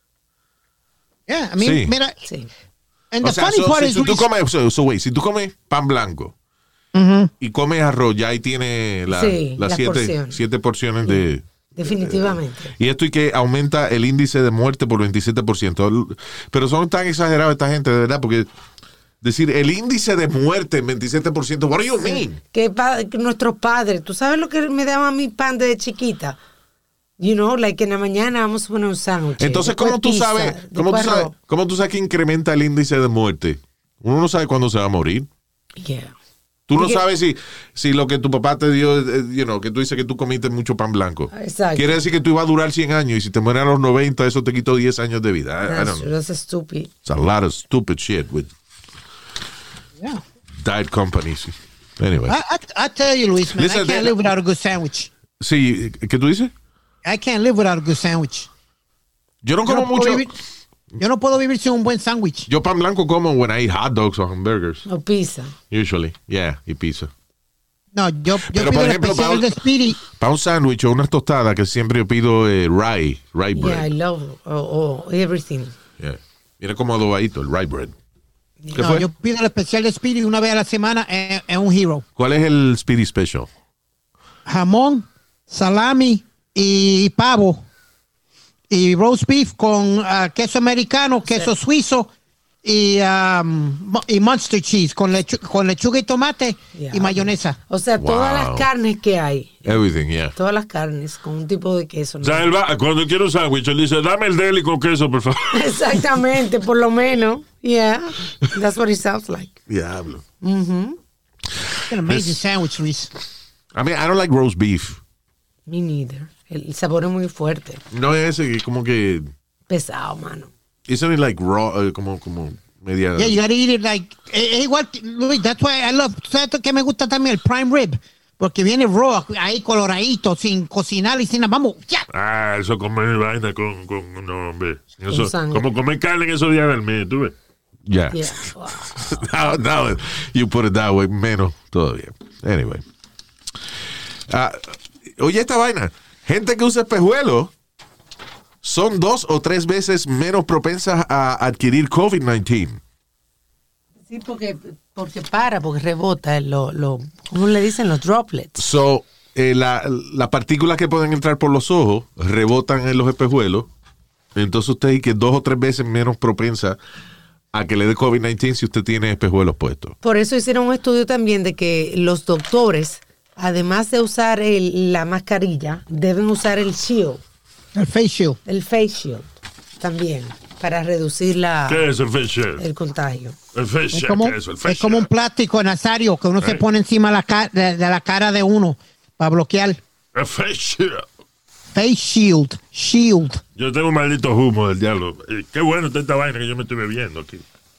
Yeah, I mean, Sí. mira, Sí. and O the sea, funny so, part si is, tú, tú Luis, comes, so, so, wait, si tú comes pan blanco y comes arroz, ya ahí tiene la- Sí, las las siete, porciones. siete porciones de... Definitivamente. Y esto y que aumenta el índice de muerte por veintisiete por ciento. Pero son tan exagerados esta gente, de verdad, porque decir el índice de muerte en veintisiete por ciento, what do you mean? Que, pa- que nuestros padres, ¿tú sabes lo que me daba mi pan desde chiquita? You know, like en la mañana vamos a poner un sándwich. Entonces, después ¿cómo tú pizza, sabes, cómo tú después sabes, arroz. cómo tú sabes que incrementa el índice de muerte? Uno no sabe cuándo se va a morir. Yeah. Tú no Porque- sabes si, si lo que tu papá te dio, eh, you know, que tú dices que tú comiste mucho pan blanco. Exacto. Quiere decir que tú ibas a durar cien años y si te mueres a los noventa, eso te quitó diez años de vida. I- I That's, don't know. that's stupid. It's a lot of stupid shit with yeah. diet companies. Anyway. I, I, I tell you, Luis, man, Listen, I can't they- live without a good sandwich. Sí, ¿qué tú dices? I can't live without a good sandwich. Yo no Yo como no, puedo mucho. vivir, yo no puedo vivir sin un buen sándwich. Yo pan blanco como when I eat hot dogs or hamburgers. O pizza. Usually. Yeah, y pizza. No, yo, yo Pero, pido por el ejemplo, especial Paul- de Speedy. Para un sándwich o unas tostadas que siempre yo pido eh, rye, rye bread. Yeah, I love oh, oh, everything. Yeah. Mira como adobadito, el rye bread. ¿Qué No, fue? yo pido el especial de Speedy una vez a la semana en, en un Hero. ¿Cuál es el Speedy Special? Jamón, salami y pavo. Y roast beef con ah, queso americano, queso suizo y, um, mo- y monster cheese con, lechu- con lechuga y tomate Yeah. y mayonesa. O sea, todas Wow. las carnes que hay. Everything, yeah. Todas las carnes con un tipo de queso. O ¿no? sea, él va, cuando quiere un sándwich, él dice, dame el deli con queso, por favor. Exactamente, por lo menos. Yeah, that's what it sounds like. Diablo. It's an amazing sandwich, Luis. I mean, I don't like roast beef. Me neither. El sabor es muy fuerte. No es ese que como que... Pesado, mano. Isn't it like raw, eh, como, como media... Yeah, you gotta eat it like. Es es igual, que- Luis, that's why I love. ¿Sabes qué me gusta también? El prime rib. Porque viene raw, ahí coloradito, sin cocinar y sin nada. Vamos, ya. Ah, eso comer vaina con, con no, hombre. Eso, sangre. como comer carne en esos días del mes, tú ves. Yeah. Yeah. Wow. now, now you put it that way, menos todavía. Anyway. Ah, oye, esta vaina. Gente que usa espejuelos son dos o tres veces menos propensas a adquirir COVID diecinueve. Sí, porque, porque para, porque rebota, lo, lo, ¿cómo le dicen? Los droplets. So, eh, la- las partículas que pueden entrar por los ojos rebotan en los espejuelos. Entonces usted es que dos o tres veces menos propensa a que le dé COVID diecinueve si usted tiene espejuelos puestos. Por eso hicieron un estudio también de que los doctores, además de usar el- la mascarilla, deben usar el shield, El face shield. el face shield también, para reducir la, ¿Qué es el face share? el contagio. El face Es share, como, ¿qué es el face es como un share? plástico nasario que uno se Eh. pone encima la ca- de, de la cara de uno para bloquear. El face share. Face shield. Shield. Yo tengo un maldito humo del diablo. Eh, Qué bueno está esta vaina que yo me estoy bebiendo aquí.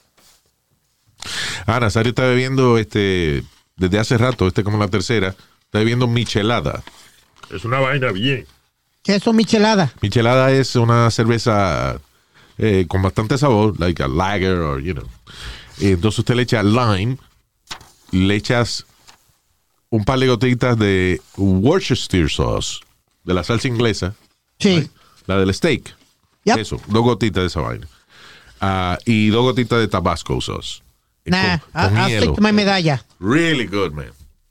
Ah, Nazario está bebiendo este desde hace rato, este como la tercera, está bebiendo michelada. Es una vaina bien. ¿Qué es eso, michelada? Michelada es una cerveza eh, con bastante sabor, like a lager or, you know. Y entonces usted le echa lime, le echas un par de gotitas de Worcestershire sauce, de la salsa inglesa, Sí. la del steak. Yep. Eso, dos gotitas de esa vaina. Ah, y dos gotitas de Tabasco sauce. Y Nah, con, con I- I'll hielo. stick to my medalla. Really good, man.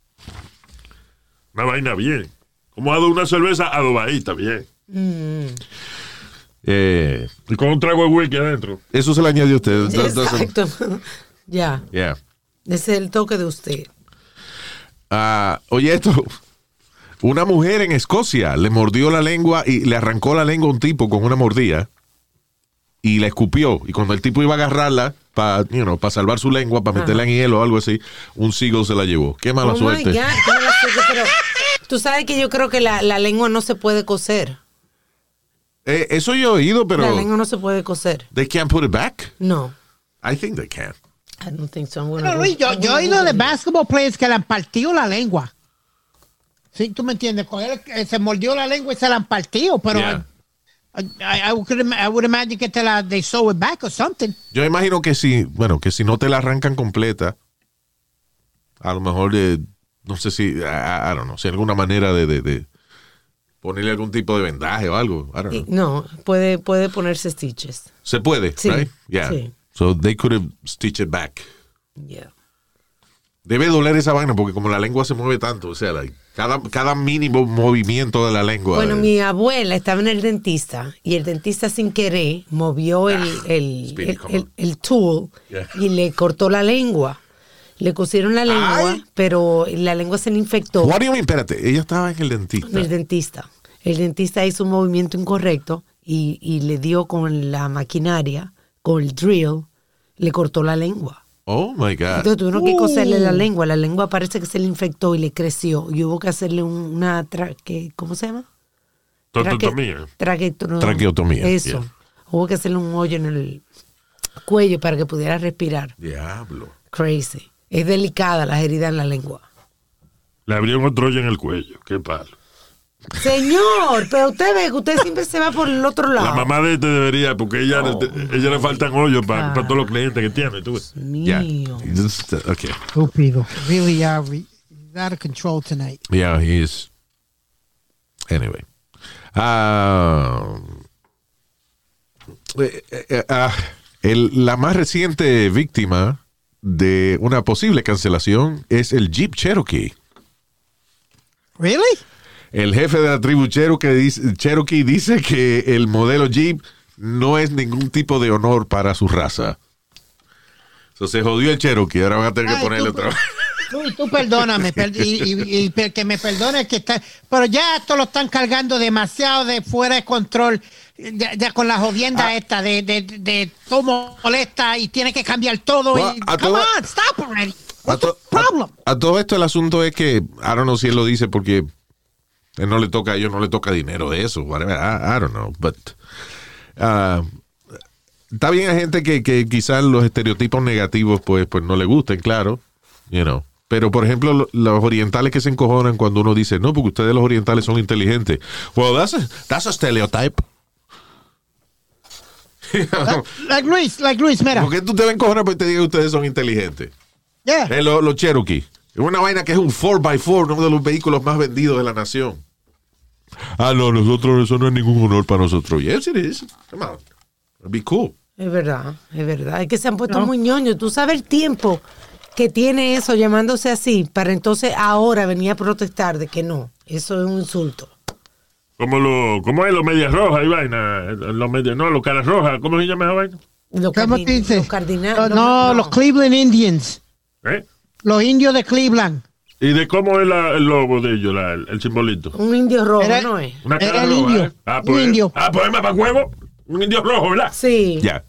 Una vaina bien. Como ha dado una cerveza adobadita, bien. Eh, Y con un trago de whisky adentro. eso se le añadió a usted. That doesn't- Exacto. Ya, Yeah. ese es el toque de usted. Ah, oye, esto. Una mujer en Escocia le mordió la lengua y le arrancó la lengua a un tipo con una mordida y la escupió. Y cuando el tipo iba a agarrarla para you know, pa salvar su lengua, para meterla en hielo o algo así, un seagull se la llevó. Qué mala Oh my suerte. God, qué mala suerte, pero tú sabes que yo creo que la, la lengua no se puede coser. Eh, eso yo he oído, pero La lengua no se puede coser. they can't put it back. No. I think they can. I don't think so. I'm gonna No, go- Luis, yo, I'm yo he gonna oído de Google it. basketball players que le han partido la lengua. Sí, tú me entiendes. Coger, eh, se mordió la lengua y se la han partido, pero Yeah. I, I, I, would, I would imagine que te la, they sew it back or something. Yo imagino que si, bueno, que si no te la arrancan completa, a lo mejor, de, no sé si, I, I don't know, si hay alguna manera de, de, de ponerle algún tipo de vendaje o algo. I don't Y- know. No, puede, puede ponerse stitches. Se puede, Sí, right? Yeah. sí. So they could have stitched it back. Yeah. Debe doler esa vaina porque como la lengua se mueve tanto, o sea, like, cada, cada mínimo movimiento de la lengua. Bueno, eh, mi abuela estaba en el dentista y el dentista sin querer movió el, el, Speedy, el, come el- on. el tool Yeah. y le cortó la lengua. Le cosieron la lengua, Ay. pero la lengua se le infectó. What do you mean? Espérate, ella estaba en el dentista. El dentista. El dentista hizo un movimiento incorrecto y, y le dio con la maquinaria, con el drill, le cortó la lengua. Oh my God. Entonces tuvieron que coserle la lengua. La lengua parece que se le infectó y le creció. Y hubo que hacerle un- una... Tra que, ¿Cómo se llama? Tortotomía. Traqueotomía. Traqueotomía, Eso. yeah. Hubo que hacerle un hoyo en el cuello para que pudiera respirar. Diablo. Crazy. Es delicada las heridas en la lengua. Le abrieron otro hoyo en el cuello. Qué palo. Señor, pero usted ve que usted siempre se va por el otro lado. La mamá de este debería, porque ella, Oh. ella le faltan hoyos para Ah. todos los clientes que tiene. Tú ves. Yeah. Mío. Just, uh, okay. Estúpido. Really are we- out of control tonight. Yeah, he is. Anyway. Ah, eh, eh, ah, el- la más reciente víctima de una posible cancelación es el Jeep Cherokee. Really? El jefe de la tribu Cherokee dice, Cherokee dice que el modelo Jeep no es ningún tipo de honor para su raza. So, se jodió el Cherokee, ahora van a tener que Ay, ponerle tú- otra vez. Tú, tú perdóname, per- y, y- y per- que me perdone que está, pero ya esto lo están cargando demasiado de fuera de control, ya, ya con la jodienda Ah. esta de, de, de, de todo molesta y tiene que cambiar todo. Well, y, a come todo- on, stop already. A, What's the to- problem? a- a todo esto el asunto es que, I don't know si él lo dice porque él no le toca, a ellos no le toca dinero de eso, whatever, I, I don't know, but uh, está bien, hay gente que, que quizás los estereotipos negativos pues, pues no le gusten, claro, you know. Pero, por ejemplo, lo- los orientales que se encojonan cuando uno dice, no, porque ustedes los orientales son inteligentes. Well, that's a, that's a stereotype. Like Luis, like Luis, mira. ¿Por qué tú te vas a encojonar porque te digan que ustedes son inteligentes? Yeah. Eh, Los los Cherokee. Es una vaina que es un four by four, uno de los vehículos más vendidos de la nación. Ah, no, nosotros, eso no es ningún honor para nosotros. Yes, it is. Come on. It'd be cool. Es verdad, es verdad. Es que se han puesto muy ñoños. Tú sabes el tiempo que tiene eso llamándose así para entonces ahora venir a protestar de que no. Eso es un insulto. Como, lo, como es los medias rojas y vaina. Los medias, no, los caras rojas. ¿Cómo se llama esa vaina? Los, ¿Cómo cardi- te dice? los cardinales. No, los Cleveland Indians. ¿Eh? Los indios de Cleveland. ¿Y de cómo es la- el logo de ellos, la- el, el simbolito? Un indio rojo, Era- ¿no es? Una Era cara el roja, indio, ¿eh? Ah, un pues, indio. Ah, pues, para huevo. Un indio rojo, ¿verdad? Sí. Ya.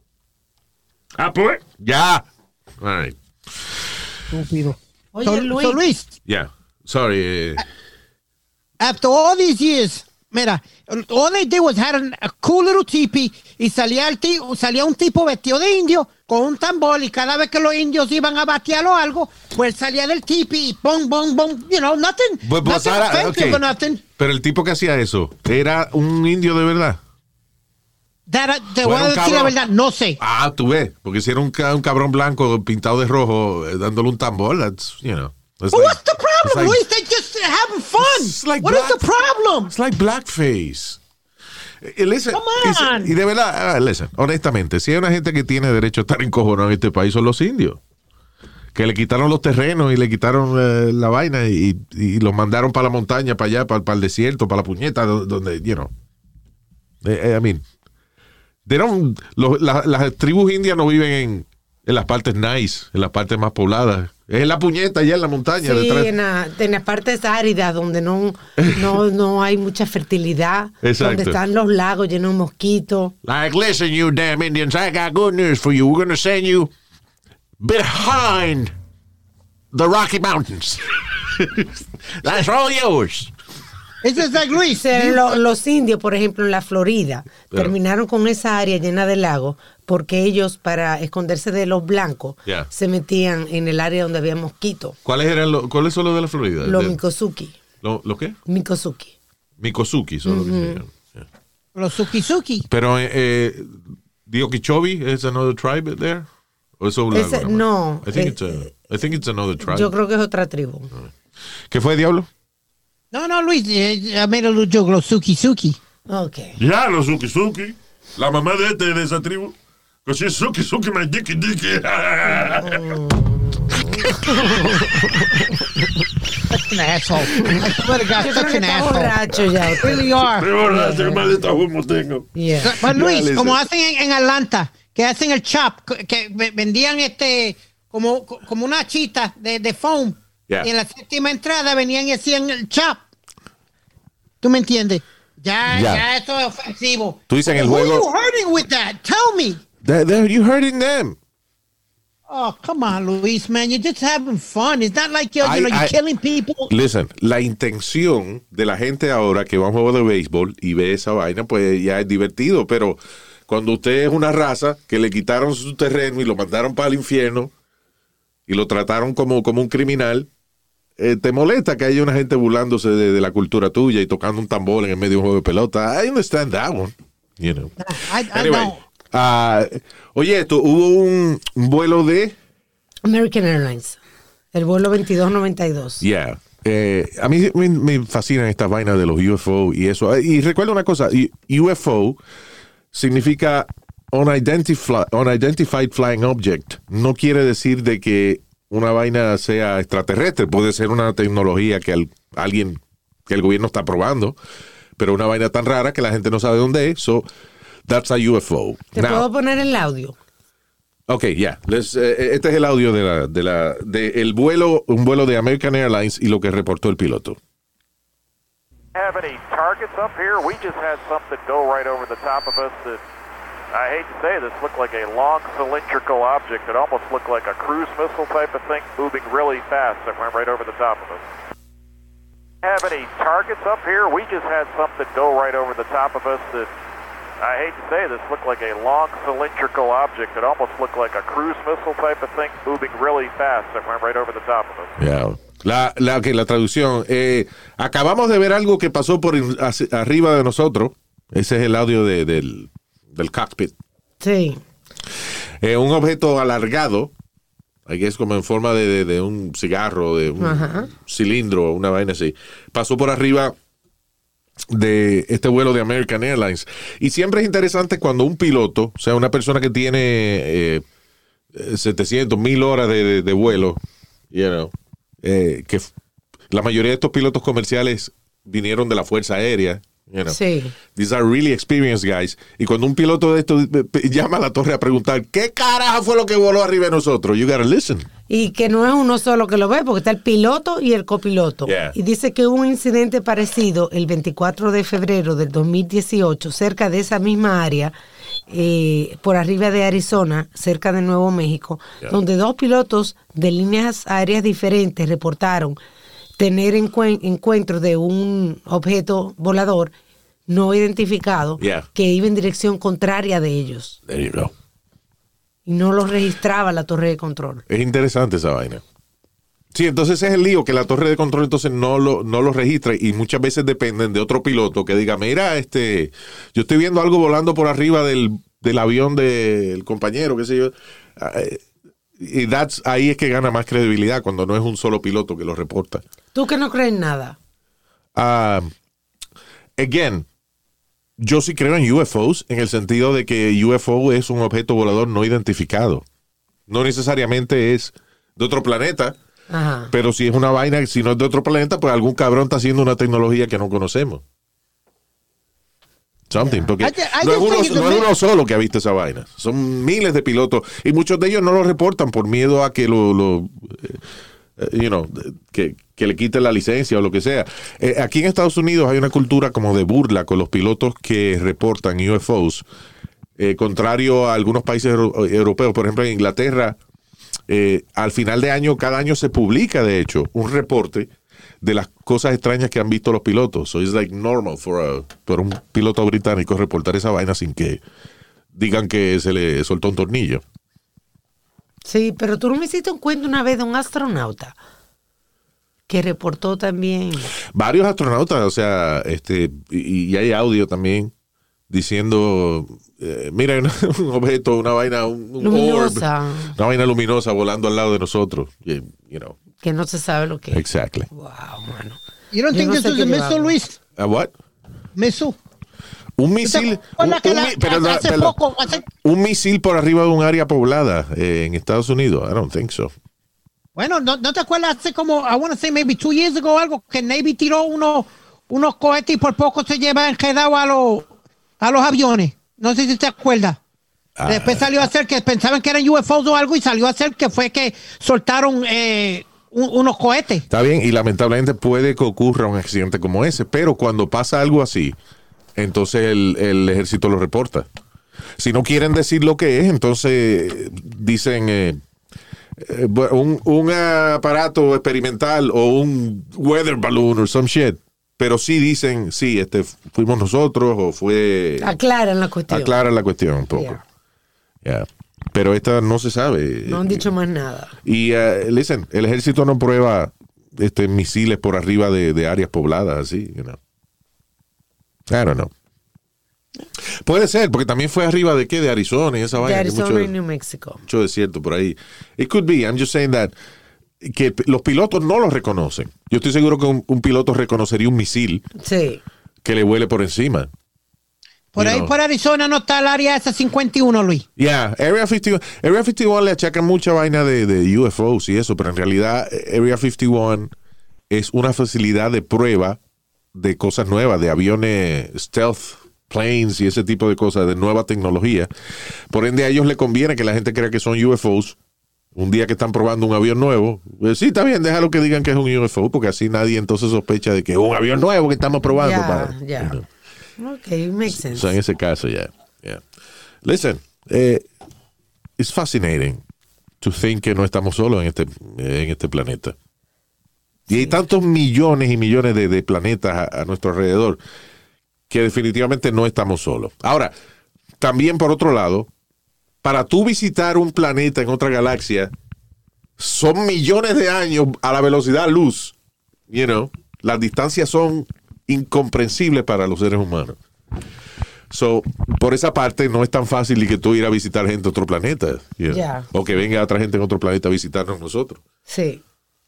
Ah, pues. Ya. All right. Estúpido. Oye, So- Luis. so, Luis, Yeah. Sorry. eh, after all these years, mira, all they did was had a cool little teepee y salía, el ti- salía un tipo vestido de indio con un tambor y cada vez que los indios iban a batear o algo, pues salía del teepee y bom, bom, bom, you know, nothing, But- but nothing Sara, offensive okay. or nothing. Pero el tipo que hacía eso, ¿era un indio de verdad? That, te O voy era a un decir la cabrón. verdad, no sé. Ah, tú ves. Porque si era un, ca- un cabrón blanco pintado de rojo eh, dándole un tambor, that's, you know. That's But like- what's the it's problem, like- Luis? They're just having fun. It's like What is black- the problem? It's like blackface. Eh, listen, Come y- on. Y, de verdad, ah, listen, honestamente, si hay una gente que tiene derecho a estar encojonado en este país son los indios. Que le quitaron los terrenos y le quitaron eh, la vaina y, y los mandaron para la montaña, para allá, para, para el desierto, para la puñeta, do- donde, you know. Eh, eh, I mean, they don't- los- la- las tribus indias no viven en, en las partes nice, en las partes más pobladas. Es en la puñeta, allá en la montaña. Sí, detrás. en, la- en las partes áridas donde no, no, no hay mucha fertilidad, Exacto. donde están los lagos llenos de mosquitos. Like, listen, you damn Indians, I got good news for you. We're going to send you behind the Rocky Mountains. That's all yours. It's just like Luis. Se- lo- los indios, por ejemplo, en la Florida, Pero- terminaron con esa área llena de lagos porque ellos, para esconderse de los blancos, Yeah. se metían en el área donde había mosquitos. ¿Cuáles eran los, cuáles son los de la Florida? Los De- Mikosuki. ¿Lo, ¿lo qué? Mikosuki. Mikosuki son los que se llaman. Yeah. Los Suki-Suki. Pero, eh, eh, the Okeechobee is another tribe there? ¿O eso es un lago Ese- nada más? no, I think, eh, it's a, I think it's another tribe. Yo creo que es otra tribu. ¿Qué fue, Diablo? No, no, Luis. eh, I made a little joke. Los Suki-Suki. Ok. Ya, los Suki Suki. La mamá de este de esa tribu. Because she's Suki Suki, my dicky dicky. Such an asshole. I swear to God, Yo creo such que an está asshole. borracho ya. usted. Really are. Qué borracho, qué maldita humo tengo. Yeah. Pues Luis, listen. como hacen en, en Atlanta, que hacen el chop, que- que ve- vendían este como, como una chita de, de foam. Yeah. Y en la séptima entrada venían y hacían el chop. ¿Tú me entiendes? Ya, Ya. ya, esto es ofensivo. Tú dices en el Who juego- are you hurting with that? Tell me. That, that, you hurting them. Oh, come on, Luis, man. You're just having fun. It's not like you're, I- you know, you're I- killing people. Listen, la intención de la gente ahora que va a un juego de béisbol y ve esa vaina, pues ya es divertido, pero cuando usted es una raza que le quitaron su terreno y lo mandaron para el infierno y lo trataron como, como un criminal, eh, te molesta que haya una gente burlándose de, de la cultura tuya y tocando un tambor en el medio de un juego de pelota. I understand that one, you know. I, I Anyway, don't. ah, oye, esto, hubo un, un vuelo de... American Airlines. El vuelo veintidós noventa y dos. Yeah. Eh, a mí me, me fascinan estas vainas de los U F O y eso. Y recuerda una cosa, U F O significa Unidentified, Unidentified Flying Object. No quiere decir de que una vaina sea extraterrestre. Puede ser una tecnología que al- alguien, que el gobierno está probando, pero una vaina tan rara que la gente no sabe dónde es. So, that's a U F O. ¿Te Now, puedo poner el audio? Ok, ya. Let's, eh, este es el audio de la, de la, de el vuelo, un vuelo de American Airlines y lo que reportó el piloto. Have any targets up here? We just had something go right over the top of us that, I hate to say this, looked like a long cylindrical object. It almost looked like a cruise missile type of thing moving really fast that went right over the top of us. Have any targets up here? We just had something go right over the top of us that, I hate to say this, looked like a long cylindrical object. It almost looked like a cruise missile type of thing moving really fast that went right over the top of us. Ya. La, la, que la traducción. Eh, acabamos de ver algo que pasó por in- hacia- arriba de nosotros. Ese es el audio de- del, del cockpit. Sí. Eh, un objeto alargado, que es como en forma de, de- de un cigarro, de un Ajá. cilindro, una vaina así. Pasó por arriba de este vuelo de American Airlines. Y siempre es interesante cuando un piloto, o sea, una persona que tiene eh, setecientos, mil horas de, de- de vuelo, you know, eh, que f- la mayoría de estos pilotos comerciales vinieron de la Fuerza Aérea. You know. Sí. These are really experienced guys. Y cuando un piloto de estos eh, eh, llama a la torre a preguntar, ¿qué carajo fue lo que voló arriba de nosotros? You gotta listen. Y que no es uno solo que lo ve, porque está el piloto y el copiloto. Yeah. Y dice que hubo un incidente parecido el veinticuatro de febrero del dos mil dieciocho, cerca de esa misma área, eh, por arriba de Arizona, cerca de Nuevo México, Yeah. donde dos pilotos de líneas aéreas diferentes reportaron tener encuen- encuentros de un objeto volador no identificado Yeah. que iba en dirección contraria de ellos There you go. y no lo registraba la torre de control. Es interesante esa vaina. Sí, entonces ese es el lío, que la torre de control entonces no lo, no lo registra y muchas veces dependen de otro piloto que diga, mira, este, yo estoy viendo algo volando por arriba del, del avión del compañero, qué sé yo. Eh, Y that's, ahí es que gana más credibilidad cuando no es un solo piloto que lo reporta. ¿Tú que no crees en nada? Ah, again, yo sí creo en U F Os en el sentido de que U F O es un objeto volador no identificado. No necesariamente es de otro planeta, Ajá. pero si es una vaina, si no es de otro planeta, pues algún cabrón está haciendo una tecnología que no conocemos. Something, porque I ju- I no, es just uno, think it's no a es bit- uno solo que ha visto esa vaina. Son miles de pilotos y muchos de ellos no lo reportan por miedo a que lo, lo eh, eh, you know, que, que le quiten la licencia o lo que sea. Eh, aquí en Estados Unidos hay una cultura como de burla con los pilotos que reportan U F Os, eh, contrario a algunos países euro- europeos. Por ejemplo, en Inglaterra, eh, al final de año, cada año se publica, de hecho, un reporte de las cosas extrañas que han visto los pilotos. So it's like normal for a, por un piloto británico reportar esa vaina sin que digan que se le soltó un tornillo. Sí, pero tú no me hiciste un cuento una vez de un astronauta que reportó también. Varios astronautas, o sea, este, y, y hay audio también diciendo, eh, mira, un objeto, una vaina, un, un luminosa. orb, una vaina luminosa volando al lado de nosotros. You, you know. Que no se sabe lo que es. Exactly. Wow, mano. You don't Yo think no this sé was qué a missile, llevaba. Luis? ¿A what? Missile. Un misil, un, acuerdas que un la- mi- pero no, hace pero- poco, hace- un misil por arriba de un área poblada eh, en Estados Unidos. I don't think so. Bueno, ¿no, no te acuerdas hace como, I want to say maybe two years ago o algo, que Navy tiró unos, unos cohetes y por poco se lleva enredado a los, a los aviones? No sé si te acuerdas. Ah. Después salió a ser que pensaban que eran U F Os o algo y salió a ser que fue que soltaron eh, un- unos cohetes. Está bien, y lamentablemente puede que ocurra un accidente como ese, pero cuando pasa algo así, entonces el, el ejército lo reporta. Si no quieren decir lo que es, entonces eh, dicen eh, eh, un, un aparato experimental o un weather balloon or some shit. Pero sí dicen, sí, este fuimos nosotros o fue... Aclaran la cuestión. Aclara la cuestión un poco. Yeah. Yeah. Pero esta no se sabe. No han dicho más nada. Y, uh, listen, el ejército no prueba este, misiles por arriba de, de áreas pobladas, así, you know. I don't know. Puede ser, porque también fue arriba de qué, de Arizona y esa De vaina. que Arizona mucho, y New Mexico. mucho desierto por ahí. It could be, I'm just saying that, que los pilotos no los reconocen. Yo estoy seguro que un, un piloto reconocería un misil Sí. que le vuele por encima. Por You ahí know. por Arizona no está el área esa cincuenta y uno, Luis. Yeah, Area cincuenta y uno, Area cincuenta y uno le achacan mucha vaina de, de U F Os y eso, pero en realidad Area cincuenta y uno es una facilidad de prueba de cosas nuevas, de aviones stealth planes y ese tipo de cosas, de nueva tecnología. Por ende, a ellos les conviene que la gente crea que son U F Os. Un día que están probando un avión nuevo, pues sí, está bien, déjalo que digan que es un U F O, porque así nadie entonces sospecha de que es un avión nuevo que estamos probando. Ya, para- ya. you know. Ok, makes sense. So, en ese caso, ya. Yeah. Listen, eh, it's fascinating to think que no estamos solos en este, en este planeta. Y hay tantos millones y millones de, de planetas a, a nuestro alrededor que definitivamente no estamos solos. Ahora, también por otro lado, para tú visitar un planeta en otra galaxia, son millones de años a la velocidad luz. You know, las distancias son incomprensibles para los seres humanos. So, por esa parte no es tan fácil y que tú ir a visitar gente de otro planeta. You know? Ya. O que venga otra gente en otro planeta a visitarnos nosotros. Sí.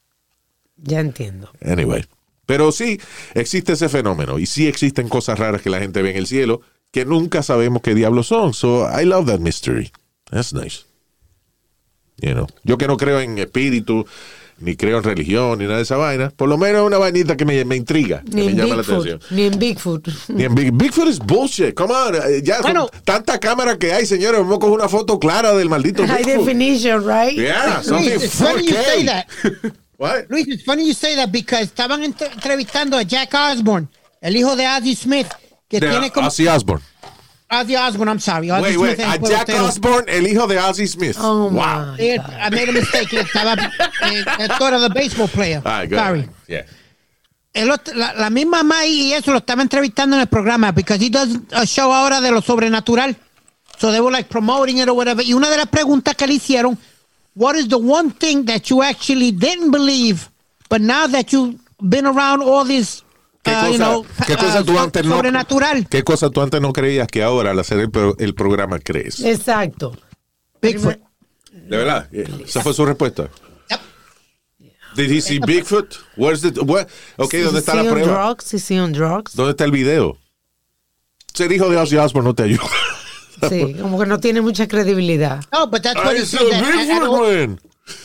Ya entiendo. Anyway. Pero sí existe ese fenómeno y sí existen cosas raras que la gente ve en el cielo que nunca sabemos qué diablos son. So, I love that mystery. That's nice. You know. Yo que no creo en espíritu, ni creo en religión, ni nada de esa vaina, por lo menos una vainita que me, me intriga, que Ni me en llama la atención. Bigfoot. Ni en Bigfoot. Ni en Big, Bigfoot es bullshit. Come on. eh, Ya Bueno. con tanta cámara que hay, señores, vamos a coger una foto clara del maldito High Bigfoot. definition, right? Yeah, something Luis, it's funny you say four K. that. What? Luis, it's funny you say that because estaban entre- entrevistando a Jack Osborne, el hijo de Ozzy Smith, que De tiene como... Ozzy Osbourne. Ozzy Osbourne, I'm sorry. Ozzy Wait, Smith wait. es A el Jack pelotero. Osborne, el hijo de Ozzy Smith. Oh, Wow. my. Eh, I made a mistake. Estaba eh, el toro de baseball player. All right, good. Sorry. Yeah. El otro- la, la misma Mai y eso lo estaba entrevistando en el programa because he does a show ahora de lo sobrenatural. So they were like promoting it or whatever. Y una de las preguntas que le hicieron, what is the one thing that you actually didn't believe, but now that you've been around all this, ¿Qué uh, cosa, you know, qué cosa uh, tú antes no, sobrenatural? ¿Qué cosa tú antes no creías que ahora al hacer el, pro- el programa crees? Exacto. Bigfoot. ¿De verdad? Esa fue su respuesta. Yep. Did he see Bigfoot? Where's the, where? Ok, ¿dónde está Is la he on prueba? drugs? Is he on drugs? ¿Dónde está el video? Ser hijo de Ozzy Osbourne no te ayuda. Sí, como que no tiene mucha credibilidad. No, but that's what I he saw said. That, I- I Bigfoot, don't- man.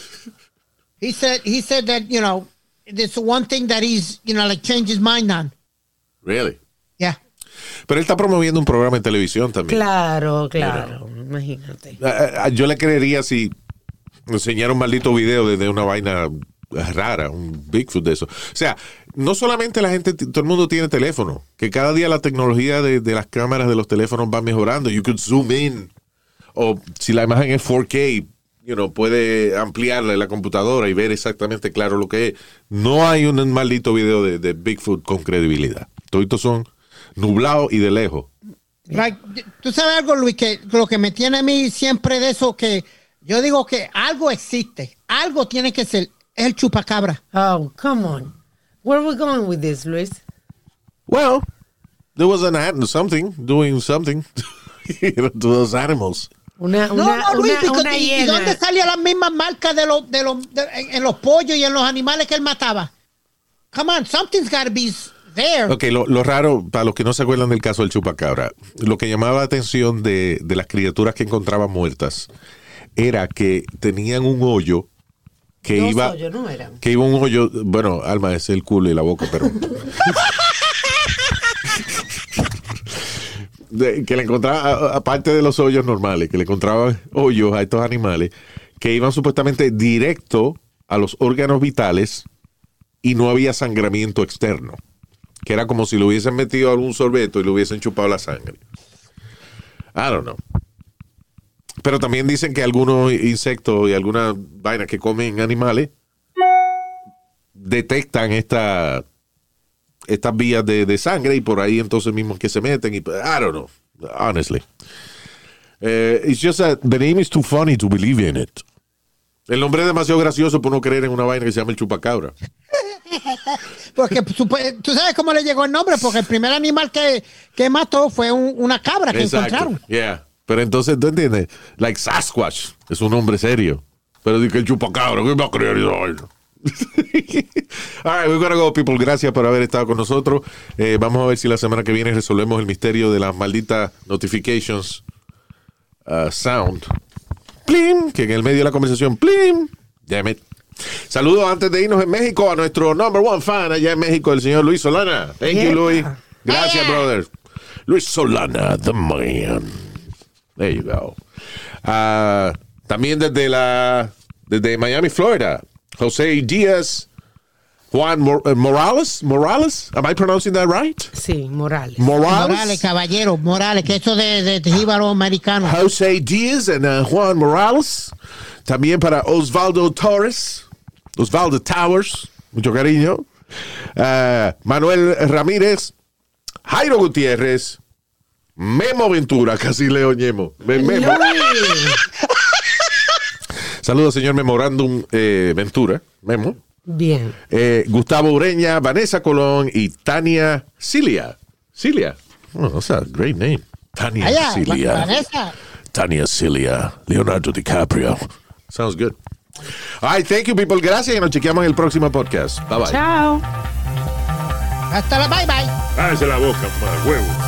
he said. He said that you know, there's one thing that he's you know like changed his mind on. Really? Yeah. Pero él está promoviendo un programa en televisión también. Claro, claro. Imagínate. A- a- Yo le creería si enseñara un maldito video de, de una vaina rara, un Bigfoot de eso. O sea, no solamente la gente, todo el mundo tiene teléfono, que cada día la tecnología de, de las cámaras de los teléfonos va mejorando. You could zoom in. O si la imagen es four K, you know, puede ampliarle la computadora y ver exactamente claro lo que es. No hay un maldito video de, de Bigfoot con credibilidad. Todos son nublados y de lejos. Like, tú sabes algo, Luis, que lo que me tiene a mí siempre de eso, que yo digo que algo existe, algo tiene que ser, es el chupacabra. Oh, come on. Where are we going with this, Luis? Well, there was an ad, something, doing something you know, to those animals. Una, No, una, no, Luis, una, because- una ¿y, y hiena. dónde salían las mismas marcas de los, de los, de- en, en los pollos y en los animales que él mataba? Come on, something's got to be there. Ok, lo, lo raro, para los que no se acuerdan del caso del chupacabra, lo que llamaba la atención de, de las criaturas que encontraban muertas era que tenían un hoyo que Dos iba... hoyos, ¿no eran? Que iba un hoyo, bueno, Alma, es el culo y la boca, pero... de- que le encontraba, a- aparte de los hoyos normales, que le encontraban hoyos a estos animales que iban supuestamente directo a los órganos vitales y no había sangramiento externo. Que era como si le hubiesen metido algún sorbeto y le hubiesen chupado la sangre. I don't know. Pero también dicen que algunos insectos y algunas vainas que comen animales detectan esta, estas vías de, de sangre y por ahí entonces mismos que se meten y I don't know, honestly. Uh, it's just that the name is too funny to believe in it. El nombre es demasiado gracioso por no creer en una vaina que se llama el chupacabra. Porque supo- tú sabes cómo le llegó el nombre, porque el primer animal que, que mató fue un- una cabra que encontraron. Yeah. Pero entonces, ¿tú entiendes? Like Sasquatch es un nombre serio. Pero di que el chupacabra, ¿qué va a creer eso? All right, we're gonna go, people. Gracias por haber estado con nosotros. Eh, vamos a ver si la semana que viene resolvemos el misterio de las malditas notifications uh, sound. Plim, que en el medio de la conversación, plim. Damn it. Saludos antes de irnos en México a nuestro number one fan allá en México, el señor Luis Solana. Thank Yeah. you, Luis. Gracias, Yeah. brother. Luis Solana, the man. There you go. Ah, también desde la desde Miami, Florida, José Díaz, Juan Mor- uh, Morales, Morales, am I pronouncing that right? Sí, Morales. Morales, Morales, caballero, Morales, que eso de, de, de jíbaro americano. José Díaz and uh, Juan Morales. También para Osvaldo Torres, Osvaldo Towers, mucho cariño. Ah, Manuel Ramírez, Jairo Gutiérrez, Memo Ventura, casi leo Ñemo. Me- Memo. Saludos, señor Memorándum eh, Ventura, Memo. Bien. Eh, Gustavo Ureña, Vanessa Colón y Tania Cilia. Cilia. Oh, that's a great name. Tania Allá, Cilia. Vanessa. Tania Cilia. Leonardo DiCaprio. Sounds good. All right, thank you, people. Gracias y nos chequeamos en el próximo podcast. Bye bye. Chao. Hasta la bye bye. Cállese la boca, ma, huevo.